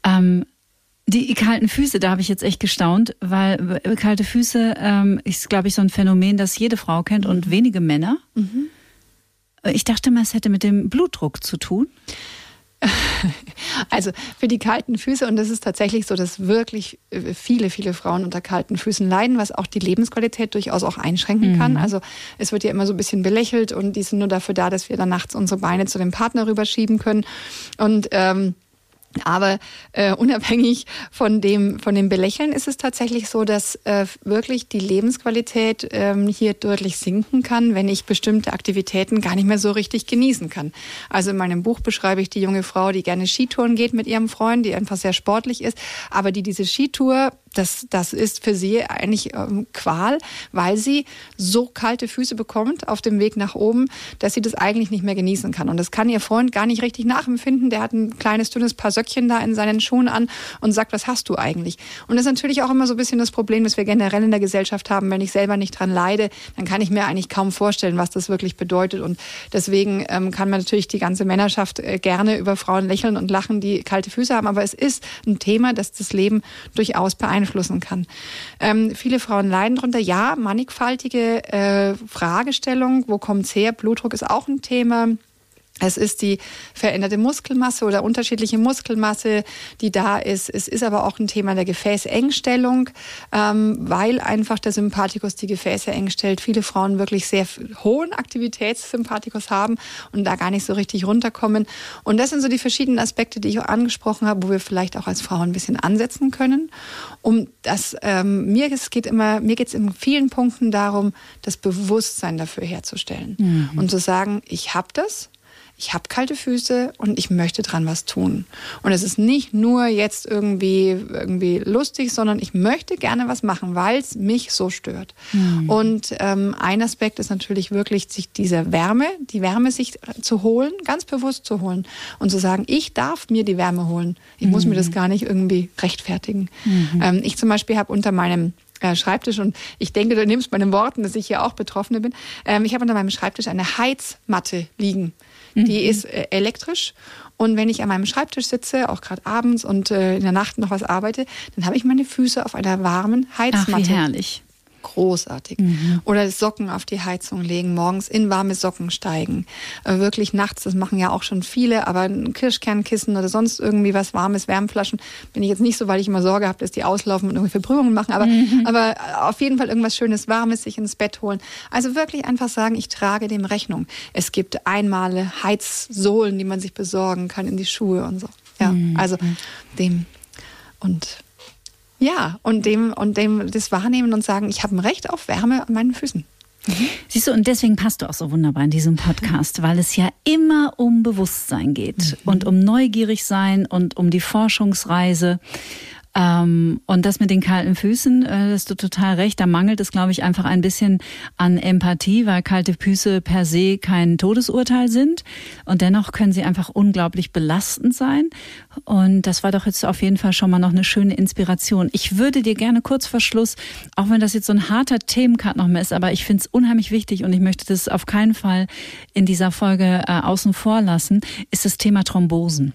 Die kalten Füße, da habe ich jetzt echt gestaunt, weil kalte Füße ist, glaube ich, so ein Phänomen, das jede Frau kennt und wenige Männer. Ich dachte mal, es hätte mit dem Blutdruck zu tun. Also für die kalten Füße, und das ist tatsächlich so, dass wirklich viele Frauen unter kalten Füßen leiden, was auch die Lebensqualität durchaus auch einschränken kann. Also es wird ja immer so ein bisschen belächelt und die sind nur dafür da, dass wir dann nachts unsere Beine zu dem Partner rüberschieben können. Und aber unabhängig von dem Belächeln ist es tatsächlich so, dass wirklich die Lebensqualität hier deutlich sinken kann, wenn ich bestimmte Aktivitäten gar nicht mehr so richtig genießen kann. Also in meinem Buch beschreibe ich die junge Frau, die gerne Skitouren geht mit ihrem Freund, die einfach sehr sportlich ist, aber die diese Skitour, das ist für sie eigentlich Qual, weil sie so kalte Füße bekommt auf dem Weg nach oben, dass sie das eigentlich nicht mehr genießen kann. Und das kann ihr Freund gar nicht richtig nachempfinden. Der hat ein kleines, dünnes Paar Söckchen da in seinen Schuhen an und sagt, was hast du eigentlich? Und das ist natürlich auch immer so ein bisschen das Problem, das wir generell in der Gesellschaft haben. Wenn ich selber nicht dran leide, dann kann ich mir eigentlich kaum vorstellen, was das wirklich bedeutet. Und deswegen kann man natürlich die ganze Männerschaft gerne über Frauen lächeln und lachen, die kalte Füße haben. Aber es ist ein Thema, das das Leben durchaus beeinflussen kann. Viele Frauen leiden darunter. Ja, mannigfaltige Fragestellung. Wo kommt's her? Blutdruck ist auch ein Thema. Es ist die veränderte Muskelmasse oder unterschiedliche Muskelmasse, die da ist. Es ist aber auch ein Thema der Gefäßengstellung, weil einfach der Sympathikus die Gefäße eng stellt. Viele Frauen wirklich sehr hohen Aktivitätssympathikus haben und da gar nicht so richtig runterkommen. Und das sind so die verschiedenen Aspekte, die ich auch angesprochen habe, wo wir vielleicht auch als Frauen ein bisschen ansetzen können. Mir geht's in vielen Punkten darum, das Bewusstsein dafür herzustellen und zu sagen, ich habe das. Ich habe kalte Füße und ich möchte dran was tun. Und es ist nicht nur jetzt irgendwie lustig, sondern ich möchte gerne was machen, weil es mich so stört. Und ein Aspekt ist natürlich wirklich, sich die Wärme sich zu holen, ganz bewusst zu holen und zu sagen, ich darf mir die Wärme holen. Ich muss mir das gar nicht irgendwie rechtfertigen. Ich zum Beispiel habe unter meinem Schreibtisch, und ich denke, du nimmst meinen Worten, dass ich hier auch Betroffene bin. Ich habe unter meinem Schreibtisch eine Heizmatte liegen. Die ist elektrisch, und wenn ich an meinem Schreibtisch sitze, auch gerade abends und in der Nacht noch was arbeite, dann habe ich meine Füße auf einer warmen Heizmatte. Ach, wie herrlich. Großartig. Oder Socken auf die Heizung legen, morgens in warme Socken steigen. Wirklich nachts, das machen ja auch schon viele, aber ein Kirschkernkissen oder sonst irgendwie was Warmes, Wärmflaschen, bin ich jetzt nicht so, weil ich immer Sorge habe, dass die auslaufen und irgendwie Verbrühungen machen, aber auf jeden Fall irgendwas Schönes, Warmes sich ins Bett holen. Also wirklich einfach sagen, ich trage dem Rechnung. Es gibt einmal Heizsohlen, die man sich besorgen kann in die Schuhe und so. Ja, also dem das wahrnehmen und sagen, ich habe ein Recht auf Wärme an meinen Füßen. Siehst du, und deswegen passt du auch so wunderbar in diesem Podcast, weil es ja immer um Bewusstsein geht und um neugierig sein und um die Forschungsreise. Und das mit den kalten Füßen, da hast du total recht, da mangelt es, glaube ich, einfach ein bisschen an Empathie, weil kalte Füße per se kein Todesurteil sind und dennoch können sie einfach unglaublich belastend sein. Und das war doch jetzt auf jeden Fall schon mal noch eine schöne Inspiration. Ich würde dir gerne kurz vor Schluss, auch wenn das jetzt so ein harter Themencut noch mehr ist, aber ich finde es unheimlich wichtig und ich möchte das auf keinen Fall in dieser Folge außen vor lassen, ist das Thema Thrombosen.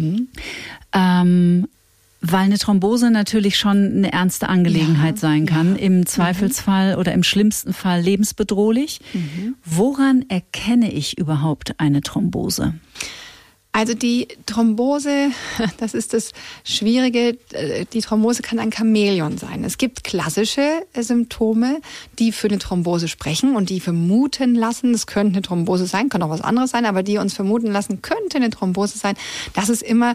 Weil eine Thrombose natürlich schon eine ernste Angelegenheit sein kann, im Zweifelsfall oder im schlimmsten Fall lebensbedrohlich. Woran erkenne ich überhaupt eine Thrombose? Also die Thrombose, das ist das Schwierige, die Thrombose kann ein Chamäleon sein. Es gibt klassische Symptome, die für eine Thrombose sprechen und die vermuten lassen, es könnte eine Thrombose sein, kann auch was anderes sein, aber die uns vermuten lassen, könnte eine Thrombose sein. Das ist immer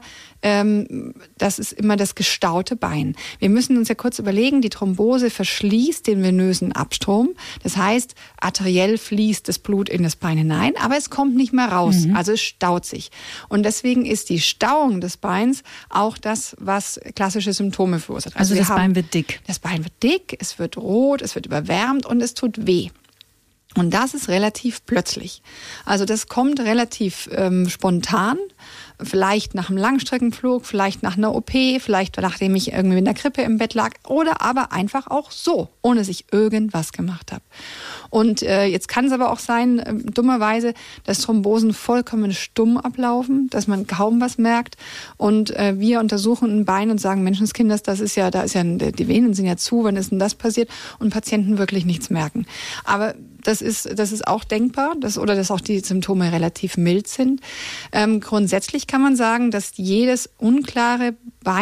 das gestaute Bein. Wir müssen uns ja kurz überlegen, die Thrombose verschließt den venösen Abstrom. Das heißt, arteriell fließt das Blut in das Bein hinein, aber es kommt nicht mehr raus. Also es staut sich. Und deswegen ist die Stauung des Beins auch das, was klassische Symptome verursacht. Also das Bein wird dick. Das Bein wird dick, es wird rot, es wird überwärmt und es tut weh. Und das ist relativ plötzlich. Also das kommt relativ spontan. Vielleicht nach einem Langstreckenflug, vielleicht nach einer OP, vielleicht nachdem ich irgendwie in der Krippe im Bett lag oder aber einfach auch so, ohne dass ich irgendwas gemacht habe. Und jetzt kann es aber auch sein, dummerweise, dass Thrombosen vollkommen stumm ablaufen, dass man kaum was merkt. Und wir untersuchen ein Bein und sagen, Menschenskinder, die Venen sind ja zu, wann ist denn das passiert? Und Patienten wirklich nichts merken. Aber das ist auch denkbar, dass auch die Symptome relativ mild sind. Grundsätzlich kann man sagen, dass jeder unklare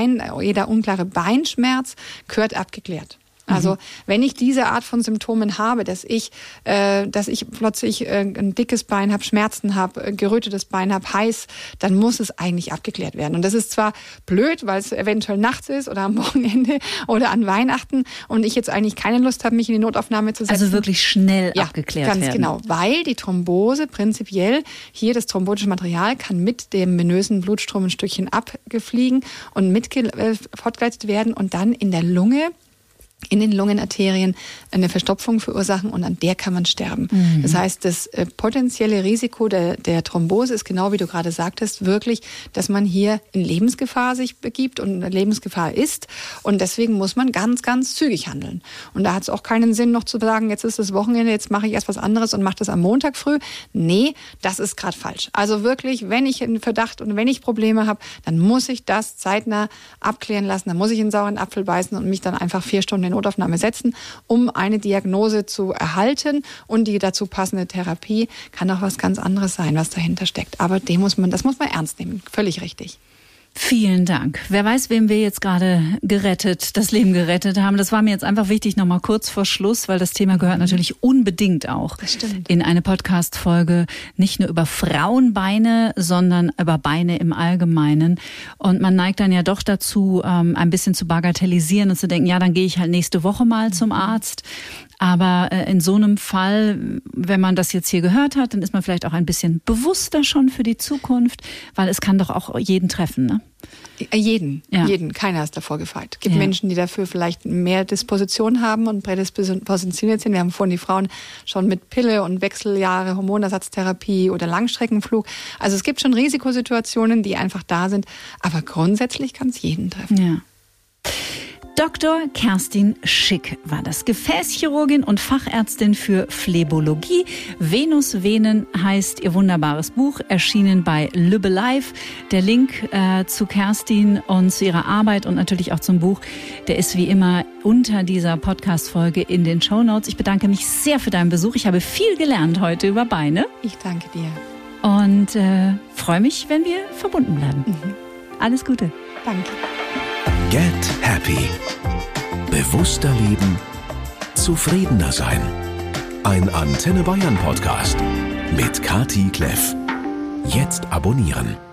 Beinschmerz gehört abgeklärt. Also wenn ich diese Art von Symptomen habe, dass ich plötzlich ein dickes Bein habe, Schmerzen habe, gerötetes Bein habe, heiß, dann muss es eigentlich abgeklärt werden. Und das ist zwar blöd, weil es eventuell nachts ist oder am Wochenende oder an Weihnachten und ich jetzt eigentlich keine Lust habe, mich in die Notaufnahme zu setzen. Also wirklich schnell abgeklärt werden. Ganz genau, weil die Thrombose prinzipiell, hier das thrombotische Material kann mit dem venösen Blutstrom ein Stückchen abgefliegen und fortgeleitet werden und dann in der Lunge, in den Lungenarterien eine Verstopfung verursachen und an der kann man sterben. Das heißt, das potenzielle Risiko der Thrombose ist genau wie du gerade sagtest, wirklich, dass man hier in Lebensgefahr sich begibt und in Lebensgefahr ist und deswegen muss man ganz, ganz zügig handeln. Und da hat es auch keinen Sinn noch zu sagen, jetzt ist das Wochenende, jetzt mache ich erst was anderes und mache das am Montag früh. Nee, das ist gerade falsch. Also wirklich, wenn ich einen Verdacht und wenn ich Probleme habe, dann muss ich das zeitnah abklären lassen, dann muss ich in sauren Apfel beißen und mich dann einfach 4 Stunden in Notaufnahme setzen, um eine Diagnose zu erhalten und die dazu passende Therapie kann auch was ganz anderes sein, was dahinter steckt. Aber das muss man ernst nehmen. Völlig richtig. Vielen Dank. Wer weiß, wem wir jetzt gerade das Leben gerettet haben. Das war mir jetzt einfach wichtig, nochmal kurz vor Schluss, weil das Thema gehört natürlich unbedingt auch in eine Podcast-Folge. Nicht nur über Frauenbeine, sondern über Beine im Allgemeinen. Und man neigt dann ja doch dazu, ein bisschen zu bagatellisieren und zu denken, ja, dann gehe ich halt nächste Woche mal zum Arzt. Aber in so einem Fall, wenn man das jetzt hier gehört hat, dann ist man vielleicht auch ein bisschen bewusster schon für die Zukunft, weil es kann doch auch jeden treffen, ne? Jeden. Keiner ist davor gefeit. Es gibt Menschen, die dafür vielleicht mehr Disposition haben und prädispositioniert sind. Wir haben vorhin die Frauen schon mit Pille und Wechseljahre, Hormonersatztherapie oder Langstreckenflug. Also es gibt schon Risikosituationen, die einfach da sind. Aber grundsätzlich kann es jeden treffen. Ja. Dr. Kerstin Schick war das. Gefäßchirurgin und Fachärztin für Phlebologie. Venusvenen heißt ihr wunderbares Buch, erschienen bei Lübbe Live. Der Link zu Kerstin und zu ihrer Arbeit und natürlich auch zum Buch, der ist wie immer unter dieser Podcast-Folge in den Shownotes. Ich bedanke mich sehr für deinen Besuch. Ich habe viel gelernt heute über Beine. Ich danke dir. Und freue mich, wenn wir verbunden bleiben. Alles Gute. Danke. Get Happy. Bewusster leben, zufriedener sein. Ein Antenne Bayern Podcast mit Kati Kleff. Jetzt abonnieren.